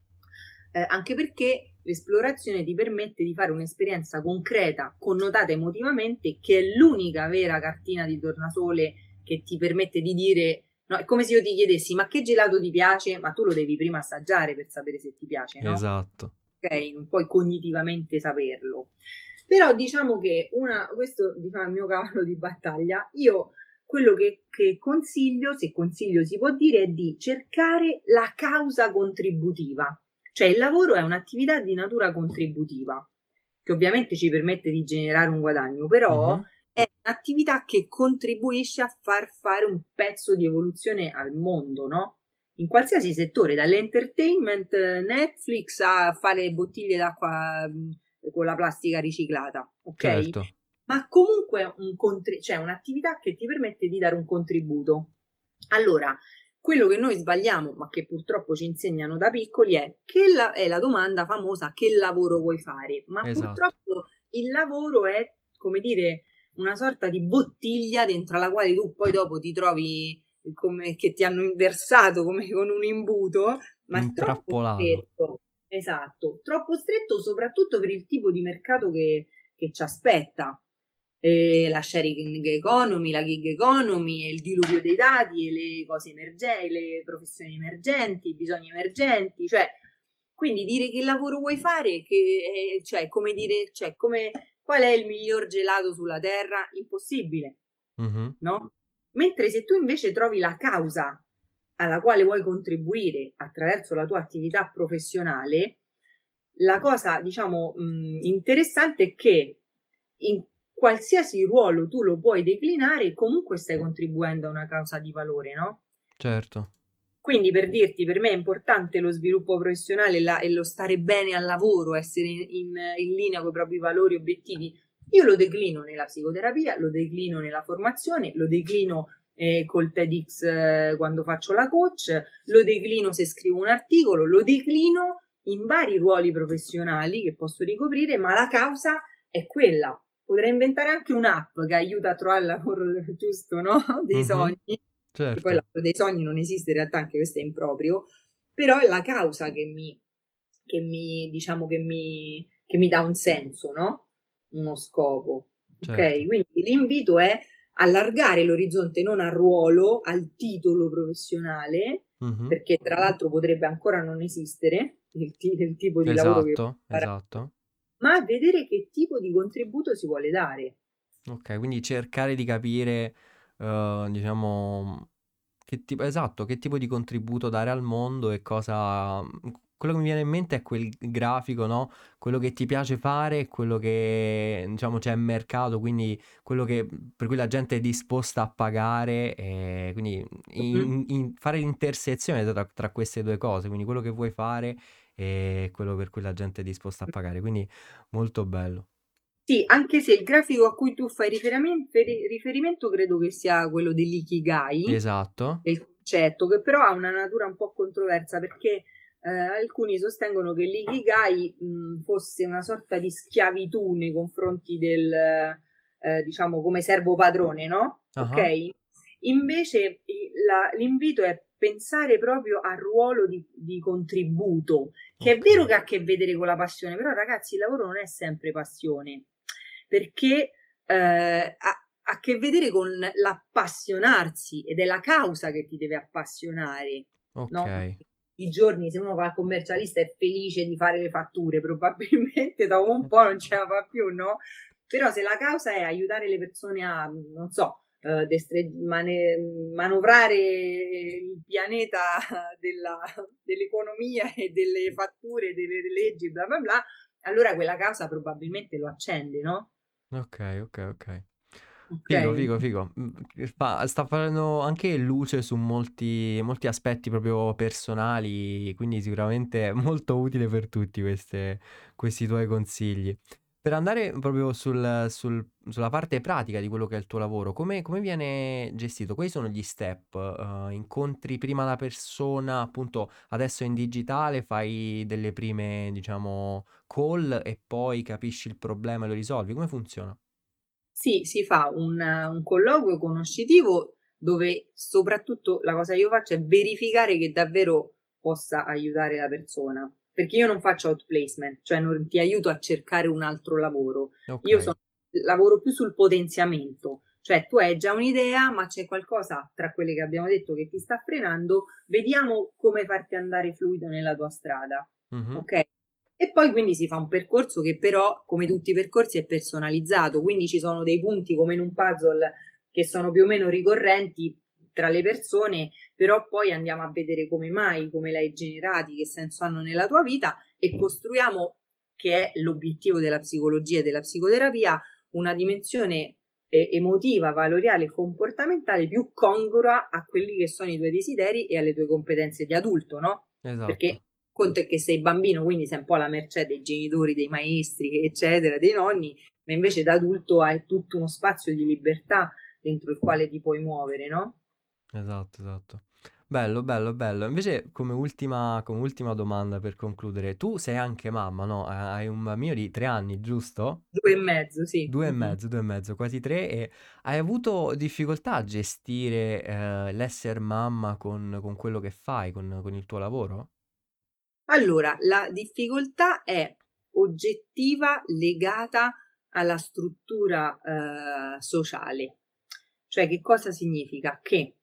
Anche perché l'esplorazione ti permette di fare un'esperienza concreta, connotata emotivamente, che è l'unica vera cartina di tornasole che ti permette di dire, no, è come se io ti chiedessi, ma che gelato ti piace? Ma tu lo devi prima assaggiare per sapere se ti piace, no? Esatto. Ok, non puoi cognitivamente saperlo. Però diciamo che questo diciamo, è il mio cavallo di battaglia. Io quello che consiglio, se consiglio si può dire, è di cercare la causa contributiva. Cioè il lavoro è un'attività di natura contributiva, che ovviamente ci permette di generare un guadagno, però Mhm. è un'attività che contribuisce a far fare un pezzo di evoluzione al mondo, no? In qualsiasi settore, dall'entertainment, Netflix a fare bottiglie d'acqua con la plastica riciclata, ok? Certo. Ma comunque c'è un'attività che ti permette di dare un contributo. Allora, quello che noi sbagliamo, ma che purtroppo ci insegnano da piccoli, è la domanda famosa: che lavoro vuoi fare? Ma Esatto. purtroppo il lavoro è, come dire, una sorta di bottiglia dentro la quale tu poi dopo ti trovi come che ti hanno inversato come con un imbuto, ma è troppo Intrappolato. stretto. Esatto, troppo stretto soprattutto per il tipo di mercato che ci aspetta. La sharing economy, la gig economy, il diluvio dei dati, e le cose emergenti, le professioni emergenti, i bisogni emergenti, cioè quindi dire che lavoro vuoi fare, cioè come dire, cioè qual è il miglior gelato sulla terra? Impossibile, Mhm. no? Mentre se tu invece trovi la causa alla quale vuoi contribuire attraverso la tua attività professionale, la cosa, diciamo, interessante è che in qualsiasi ruolo tu lo puoi declinare, comunque stai contribuendo a una causa di valore, no? Certo. Quindi per dirti, per me è importante lo sviluppo professionale e lo stare bene al lavoro, essere in linea con i propri valori e obiettivi. Io lo declino nella psicoterapia, lo declino nella formazione, lo declino col TEDx quando faccio la coach, lo declino se scrivo un articolo, lo declino in vari ruoli professionali che posso ricoprire, ma la causa è quella. Potrei inventare anche un'app che aiuta a trovare il lavoro giusto, no? Dei Mhm. sogni, che poi Certo. l'altro dei sogni non esiste in realtà, anche questo è improprio, però è la causa diciamo, che mi dà un senso, no? Uno scopo. Ok? Certo. Quindi l'invito è allargare l'orizzonte non al ruolo, al titolo professionale, Mhm. perché tra l'altro potrebbe ancora non esistere il tipo di lavoro che Esatto, farà, esatto. ma a vedere che tipo di contributo si vuole dare. Ok, quindi cercare di capire, diciamo, che tipo, esatto, che tipo di contributo dare al mondo e cosa... Quello che mi viene in mente è quel grafico, no? Quello che ti piace fare e quello che, diciamo, c'è in mercato, quindi quello che, per cui la gente è disposta a pagare, e quindi Mhm. fare l'intersezione tra queste due cose, quindi quello che vuoi fare e quello per cui la gente è disposta a pagare, quindi molto bello. Sì, anche se il grafico a cui tu fai riferimento credo che sia quello dell'ikigai, Esatto. il concetto, che però ha una natura un po' controversa perché alcuni sostengono che l'ikigai fosse una sorta di schiavitù nei confronti diciamo, come servo padrone, no? Ok? Ah, Invece l'invito è pensare proprio al ruolo di contributo, che è ok, vero che ha a che vedere con la passione, però ragazzi il lavoro non è sempre passione, perché ha a che vedere con l'appassionarsi ed è la causa che ti deve appassionare, ok, no? I giorni, se uno va al commercialista è felice di fare le fatture, probabilmente dopo un po' non ce la fa più, no? Però se la causa è aiutare le persone a, non so, manovrare il pianeta dell'economia e delle fatture, delle leggi, bla bla bla, allora quella causa probabilmente lo accende, no? ok, ok, ok. Ok. Figo, figo, figo. Sta facendo anche luce su molti aspetti proprio personali, quindi sicuramente è molto utile per tutti questi tuoi consigli. Per andare proprio sulla parte pratica di quello che è il tuo lavoro, come viene gestito? Quali sono gli step? Incontri prima la persona, appunto adesso in digitale, fai delle prime, diciamo, call e poi capisci il problema e lo risolvi. Come funziona? Sì, si fa un colloquio conoscitivo dove soprattutto la cosa che io faccio è verificare che davvero possa aiutare la persona, perché io non faccio outplacement, cioè non ti aiuto a cercare un altro lavoro. Ok, Io lavoro più sul potenziamento, cioè tu hai già un'idea, ma c'è qualcosa tra quelle che abbiamo detto che ti sta frenando, vediamo come farti andare fluido nella tua strada. mhm, Ok? E poi quindi si fa un percorso che però, come tutti i percorsi, è personalizzato, quindi ci sono dei punti come in un puzzle che sono più o meno ricorrenti tra le persone, però poi andiamo a vedere come mai, come li hai generati, che senso hanno nella tua vita e costruiamo, che è l'obiettivo della psicologia e della psicoterapia, una dimensione emotiva, valoriale e comportamentale più congrua a quelli che sono i tuoi desideri e alle tue competenze di adulto, no? esatto. Perché conto è che sei bambino, quindi sei un po' alla mercé dei genitori, dei maestri, eccetera, dei nonni, ma invece da adulto hai tutto uno spazio di libertà dentro il quale ti puoi muovere, no? Esatto, esatto. Bello, bello, bello. Invece come ultima domanda per concludere, tu sei anche mamma, no? Hai un bambino di 3 anni, giusto? 2 e mezzo, sì. Due e Mhm. mezzo, 2 e mezzo, quasi tre. E hai avuto difficoltà a gestire l'essere mamma con quello che fai, con il tuo lavoro? Allora, la difficoltà è oggettiva, legata alla struttura, sociale. Cioè, che cosa significa? Che,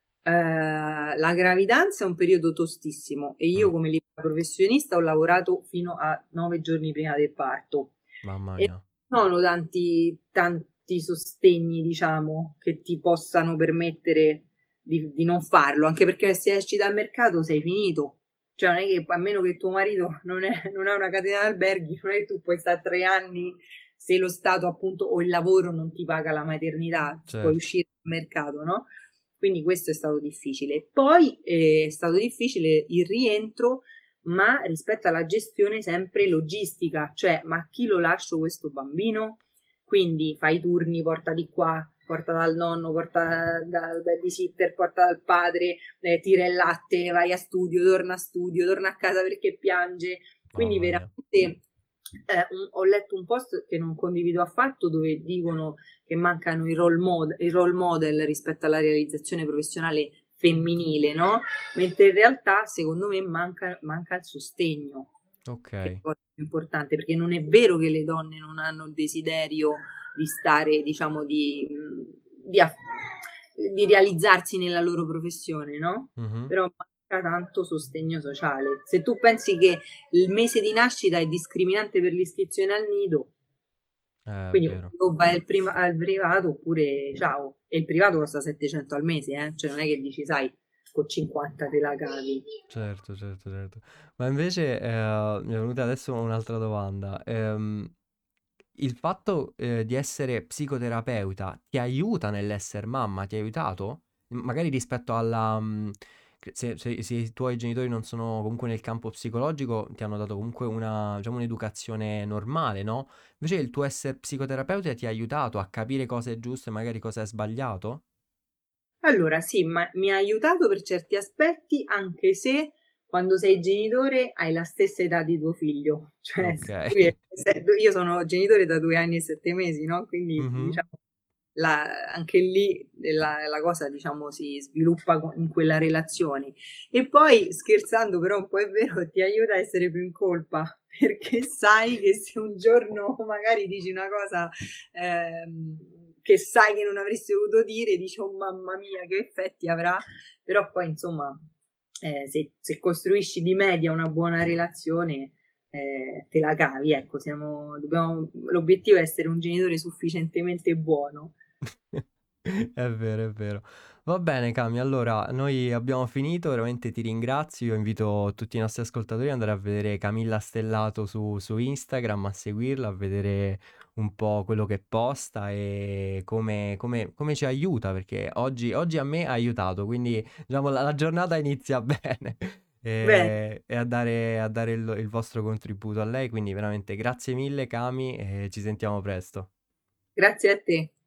la gravidanza è un periodo tostissimo e io Mm, come libera professionista ho lavorato fino a 9 giorni prima del parto mamma e mia. non sono tanti sostegni, diciamo, che ti possano permettere di non farlo, anche perché se esci dal mercato sei finito. Cioè, non è che a meno che tuo marito non ha una catena d'alberghi, non è che tu puoi stare 3 anni se lo Stato appunto o il lavoro non ti paga la maternità, puoi Certo. uscire dal mercato, no? Quindi questo è stato difficile. Poi è stato difficile il rientro, ma rispetto alla gestione sempre logistica, cioè ma a chi lo lascio questo bambino? Quindi fai i turni, porta di qua, porta dal nonno, porta dal babysitter, porta dal padre, tira il latte, vai a studio, torna a casa perché piange. Quindi Mamma mia. veramente ho letto un post che non condivido affatto dove dicono che mancano i role model rispetto alla realizzazione professionale femminile, no? Mentre in realtà secondo me manca il sostegno, Ok. che è la cosa più importante, perché non è vero che le donne non hanno il desiderio di stare, diciamo, di aff- di realizzarsi nella loro professione, no? Mhm. Però manca tanto sostegno sociale. Se tu pensi che il mese di nascita è discriminante per l'iscrizione al nido, È quindi vero. o vai al privato oppure ciao. E il privato costa 700 al mese, eh? Cioè non è che dici, sai, con 50 te la cavi. Certo, certo, certo. Ma invece mi è venuta adesso un'altra domanda. Il fatto di essere psicoterapeuta ti aiuta nell'essere mamma? Ti ha aiutato? Magari rispetto se i tuoi genitori non sono comunque nel campo psicologico, ti hanno dato comunque una, diciamo, un'educazione normale, no? Invece il tuo essere psicoterapeuta ti ha aiutato a capire cosa è giusto e magari cosa è sbagliato? Allora, sì, ma mi ha aiutato per certi aspetti, anche se quando sei genitore hai la stessa età di tuo figlio. Cioè, Ok. io sono genitore da 2 anni e 7 mesi, no? Quindi, Mhm. diciamo, anche lì la cosa, diciamo, si sviluppa in quella relazione. E poi, scherzando, però un po' è vero, ti aiuta a essere più in colpa, perché sai che se un giorno magari dici una cosa che sai che non avresti dovuto dire, dici oh mamma mia che effetti avrà, però poi insomma se costruisci di media una buona relazione te la cavi, ecco, l'obiettivo è essere un genitore sufficientemente buono. È vero, è vero. Va bene, Cami, allora noi abbiamo finito, veramente ti ringrazio. Io invito tutti i nostri ascoltatori ad andare a vedere Camilla Stellato su Instagram, a seguirla, a vedere un po' quello che posta e come ci aiuta, perché oggi a me ha aiutato, quindi diciamo la giornata inizia bene. Bene, E a dare il vostro contributo a lei, quindi veramente grazie mille, Cami, e ci sentiamo presto. grazie a te.